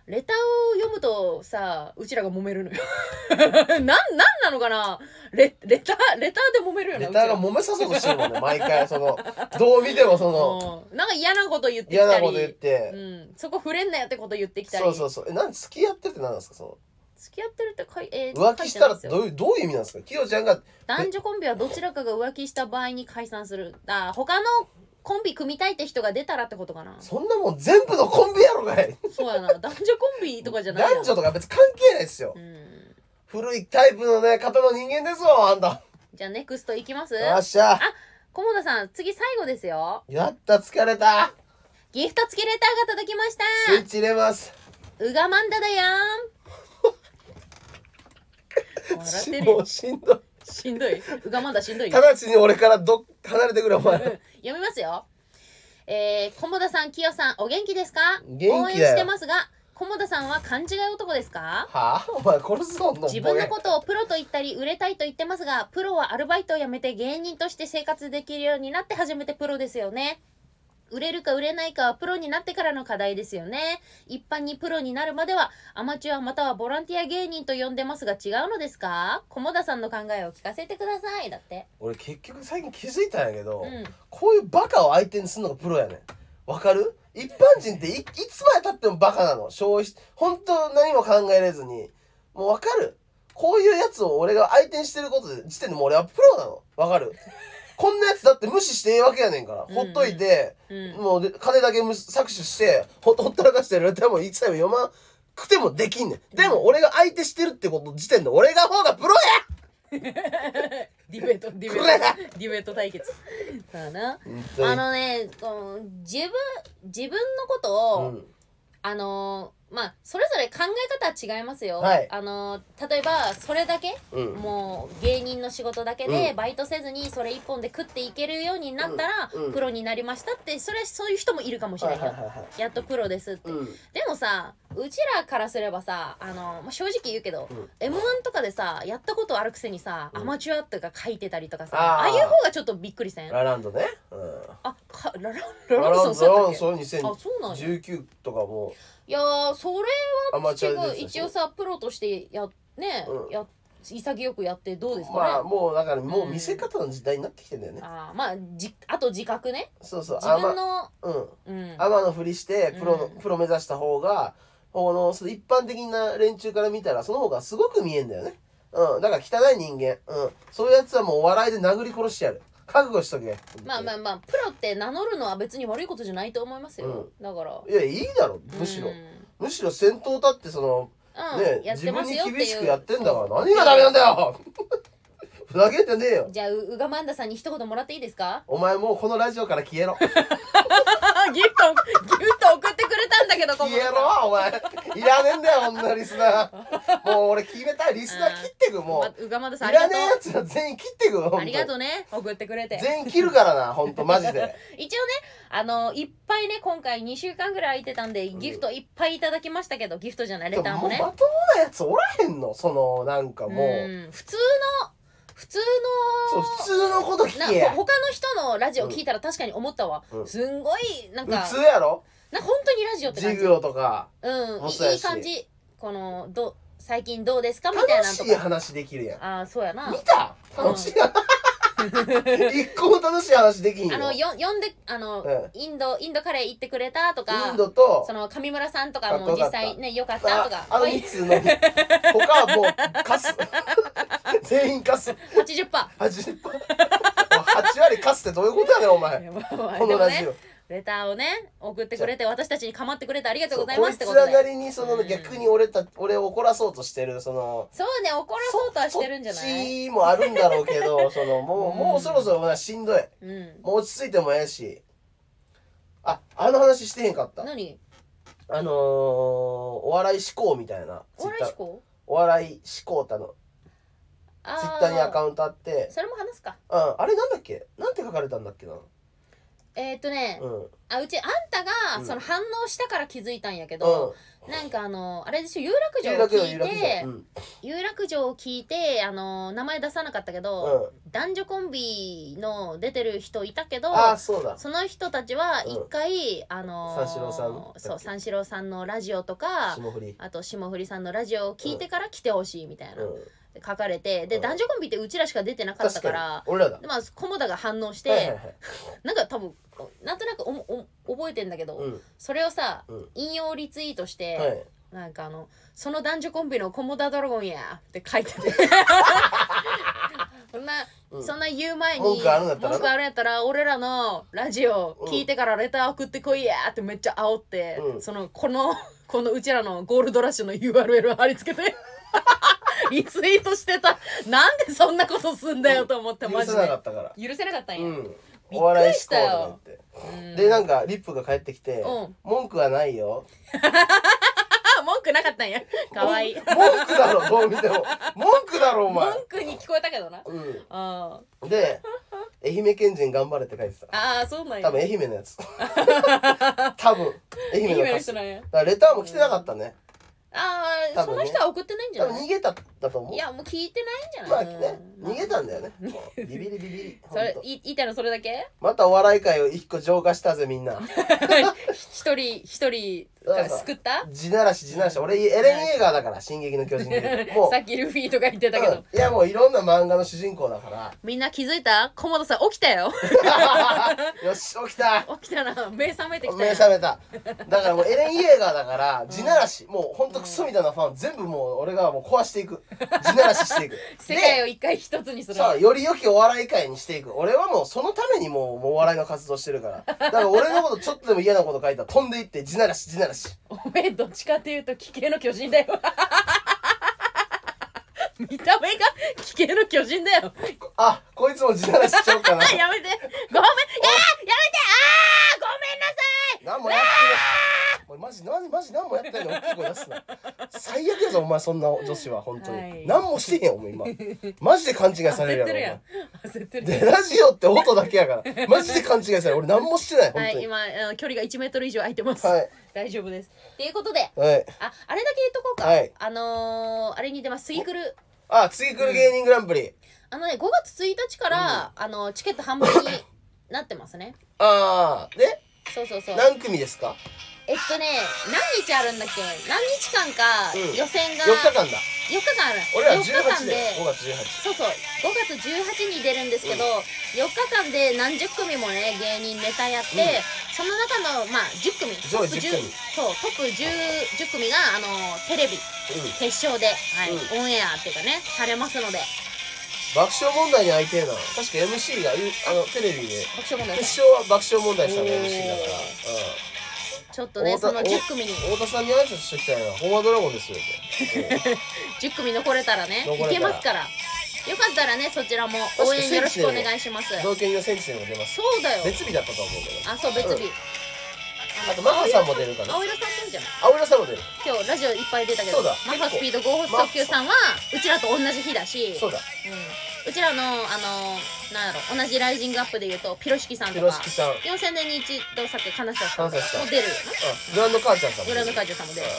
レターを読むとさ、うちらが揉めるのよなんなのかな、レターで揉めるよな。 レターが揉めさそうとしてるもんね毎回。そのどう見てもそのなんか嫌なこと言ってきたり、 嫌なこと言って、 うん、そこ触れんなよってこと言ってきたり。 そうそうそう。なん付き合ってるって何なんですか？その付き合ってるって浮気したらどういう意味なんですか？きよちゃんが男女コンビはどちらかが浮気した場合に解散する。他のコンビ組みたいって人が出たらってことかな。 そんなもん全部のコンビやろがい。 そうやな、男女コンビとかじゃない。 男女とか別に関係ないですよ。古いタイプのね方の人間ですわあんた。 じゃあネクストいきます。 よっしゃ。 菰田さん、次最後ですよ。 やった疲れた。 ギフト付きレターが届きました。 スイッチ入れます。 うがまんだだやん。笑ってるよ。 もうしんどい。 しんどい。うがまんだしんどい。 直ちに俺から離れてくれお前。 読みますよ。菰田さん、きよさん、お元気ですか？ 元気だよ。 応援してますが、菰田さんは勘違い男ですか？ はあ？お前殺すぞ。 自分のことをプロと言ったり売れたいと言ってますが、プロはアルバイトを辞めて芸人として生活できるようになって初めてプロですよね。売れるか売れないかはプロになってからの課題ですよね。一般にプロになるまではアマチュアまたはボランティア芸人と呼んでますが違うのですか？菰田さんの考えを聞かせてください。だって。 俺結局最近気づいたんやけど、こういうバカを相手にするのがプロやねん。わかる？一般人っていつまでたってもバカなの。本当何も考えれずに。もうわかる？こういうやつを俺が相手にしてることで時点でもう俺はプロなの。わかる？こんなやつだって無視してええわけやねんから。ほっといて、もう金だけ搾取してほったらかしてるレターも一切読まなくてもできんねん。でも俺が相手してるってこと時点で俺が方がプロやディベート対決だな。ね、自分のことを、まあそれぞれ考え方は違いますよ。はい、例えばそれだけ、もう芸人の仕事だけでバイトせずにそれ一本で食っていけるようになったら、プロになりましたって、そういう人もいるかもしれないよ。やっとプロですって。でもさ、うちらからすればさ、正直言うけど、M1 とかでさやったことあるくせにさ、アマチュアとか書いてたりとかさ、ああいう方がちょっとびっくりせん？ ラランドね。 ラランドさんそう2019とかも。 いやー、それは一応さプロとして潔くやってどうですかね。 まあもうだからもう見せ方の時代になってきてんだよね。 まああと自覚ね。 そうそう、 自分のアマのふりしてプロ目指した方が一般的な連中から見たらその方がすごく見えんだよね。だから汚い人間、そういうやつはもうお笑いで殴り殺してやる。覚悟しとけ。 まあプロって名乗るのは別に悪いことじゃないと思いますよ。だからいやいいだろ、むしろ先頭立って自分に厳しくやってんだから、何がダメなんだよふざけんじゃねえよ。 じゃあうがまんださんに一言もらっていいですか？ お前もうこのラジオから消えろギフト送ってくれたんだけど、 消えろお前。いらねえんだよこんなリスナー。もう俺決めたい。リスナー切ってく。もううがまんださんありがとう。 いらねえやつは全員切ってく。 ありがとうね、送ってくれて。 全員切るからな、ほんとマジで一応ね、いっぱいね、今回2週間ぐらい空いてたんでギフトいっぱいいただきましたけど、ギフトじゃないレターもね。 まともなやつおらへんの？なんかもう普通のこと聞けや。 他の人のラジオ聞いたら確かに思ったわ。すんごいなんか普通やろ。 本当にラジオって感じ。 授業とかいい感じ。最近どうですかみたいな。 楽しい話できるやん。 そうやな。 見た？楽しい話一個も楽しい話できんよ。 呼んでインドカレー行ってくれたとか、 インドと上村さんとかも実際ねよかったとか、 3つの他はもうカス全員カス 80%。 8割カスってどういうことやねんお前。このラジオレターをね送ってくれて、私たちに構ってくれてありがとうございますってことで、こいつらなりに逆に俺を怒らそうとしてるそうね、怒らそうとはしてるんじゃない？ そっちもあるんだろうけどもうそろそろしんどい。もう落ち着いてもええし。あの話してへんかった。 何？ お笑い志向みたいな。 お笑い志向？ お笑い志向ってツイッターにアカウントあって。 それも話すか。 あれなんだっけ？なんて書かれたんだっけな。 うちあんたがその反応したから気づいたんやけど、なんかあれでしょ、有楽町を聞いて、有楽町を聞いて名前出さなかったけど、男女コンビの出てる人いたけど、その人たちは一回三四郎さん、 そう三四郎さんのラジオとか、あと霜降りさんのラジオを聞いてから来てほしいみたいな。書かれて、で男女コンビってうちらしか出てなかったから、 俺らだ、 まあ菰田が反応して、なんか多分なんとなく覚えてんだけど、それをさ、引用リツイートして、なんかその男女コンビの菰田ドラゴンやって書いててそんな言う前に文句あるんやったら俺らのラジオ聞いてからレター送ってこいやってめっちゃ煽って、このうちらのゴールドラッシュの URL を貼り付けてリツイートしてた。なんでそんなことすんだよと思って、マジで許せなかったから。許せなかったんや、びっくりしたよ。 でなんかリップが返ってきて、文句はないよ文句なかったんや。かわいい。 文句だろ、どう見ても文句だろお前。 文句に聞こえたけどな。 で愛媛県人頑張れって書いてた。 ああ、そうなんや。 多分愛媛のやつ多分愛媛の人なんや。だからレターも来てなかったね。 ああ、その人は送ってないんじゃない？ 多分逃げただと思う。 いや、もう聞いてないんじゃない？ まあね、逃げたんだよね。ビビリビビリ。 それ言いたいのそれだけ？ またお笑い界を一個浄化したぜみんな。 一人から救った？ 地ならし俺エレン・イェーガーだから、進撃の巨人で。 もうさっきルフィとか言ってたけど。 いやもういろんな漫画の主人公だから。 みんな気づいた？菰田さん起きたよ。 よし起きた。 起きたな、目覚めてきた。 目覚めた。だからもうエレン・イェーガーだから地ならし、もうほんとクソみたいなファン全部もう俺がもう壊していく。地ならししていく。 世界を一回一つにする。 そう、より良きお笑い界にしていく。俺はもうそのためにもうお笑いの活動してるから。だから俺のことちょっとでも嫌なこと書いたら飛んでいって地ならし。 おめえどっちかっていうと奇形の巨人だよ。見た目が奇形の巨人だよ。 あ、こいつも地ならししちゃおうかな。 やめて、ごめん、やめて、あー、ごめんなさい。 何もやってない。おいマジ何もやってないの。大きい声出すな。最悪やぞお前、そんな女子は本当に。何もしてへんお前今。マジで勘違いされるやろ。焦ってるやん。でラジオって音だけやから。マジで勘違いされる。俺何もしてない本当に。 はい、今距離が1メートル以上空いてます。 はい。 大丈夫です。っていうことで、 はい。 あれだけ言っとこうか。 はい。 あれに出ます。次来る。 次来る芸人グランプリ。 5月1日から、チケット販売になってますね。 で、 そう。 何組ですか？ 何日あるんだっけ？何日間か予選が。 4日間だ。 4日間ある。 俺ら18で。5月18。 そう。5月18に出るんですけど、4日間で何十組もね、芸人ネタやって、その中の、まあ、10組。 上位10組。 そう、トップ10組が、テレビ、決勝で、オンエアっていうかね、されますので。 爆笑問題に会いてえな。確か MC がテレビで決勝は爆笑問題さんが MC だから。 ちょっとね、その10組に太田さんに挨拶してきたよな。ホンマドラゴンですよって10組残れたらね、いけますから。よかったらね、そちらも応援よろしくお願いします。 同県の戦地でも出ます。 そうだよ。 別日だったと思うけど。 あ、そう、別日。 あとマハさんも出るかな。 青色さんもじゃない。 青色さんも出る。 今日ラジオいっぱい出たけど、マハスピードゴーホス特急さんはうちらと同じ日だし、 そうだ。 うちらのなんやろ、同じライジングアップでいうとピロシキさんとか、4000年に一度さっき金沢さんも出るよな。 グランド母ちゃんさんも。 グランド母ちゃんさんも出るし。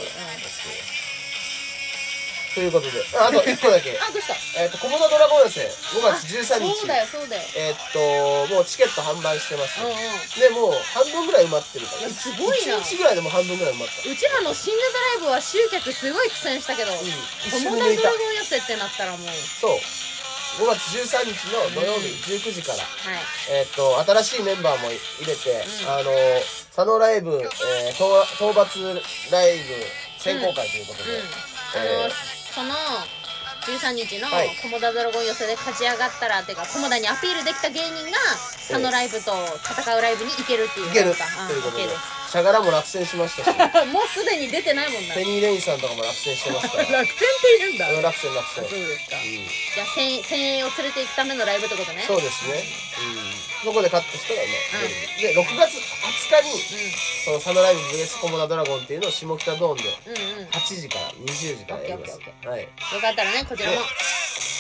ということで、あと1個だけ。 どうした？ コモダドラゴン寄せ5月13日。 そうだよ。 もうチケット販売してます。でもう半分ぐらい埋まってるから。 すごいな。 1日ぐらいでも半分ぐらい埋まった。 うちらの新ネタライブは集客すごい苦戦したけど、コモダドラゴン寄せってなったらもう。そう。 5月13日の土曜日19時から、新しいメンバーも入れて、佐野ライブ、討伐ライブ選考会ということで、 その13日のコモダドラゴン寄せで勝ち上がったらっていうか、コモダにアピールできた芸人が佐野ライブと戦うライブに行けるっていう。 いけるということで、シャガラも落選しましたし、 もうすでに出てないもんな。 ペニーレインさんとかも落選してますから。 落選って言うんだ。 落選。 そうですか。じゃあ1000円を連れて行くためのライブってことね。 そうですね。そこで勝った人が出る。で6月20日にその佐野ライブ VS コモダドラゴンっていうのを下北ドーンで8時から20時からやります。はい。 よかったらね、こちらも。よ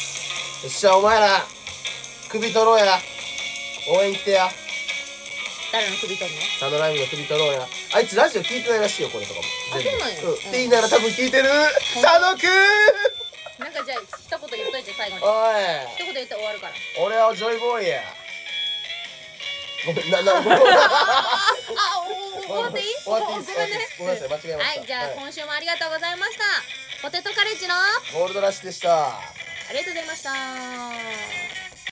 っしゃ、お前ら首取ろうや。応援来てや。 誰の首取るの？ 佐野ライムの首取ろうや。あいつラジオ聞いてないらしいよこれとかも。 あ、そうなんや。 って言いながら多分聞いてる。佐野くん。なんかじゃあ一言言っといて最後に。 おい。 一言言って終わるから。 俺はジョイボーイや。ごめんごめん。終わっていい？ 終わっていいです。 ごめんね。 ごめんなさい間違えました。 はい、じゃあ今週もありがとうございました。ポテトカレッジのゴールドラッシュでした。 ありがとうございました。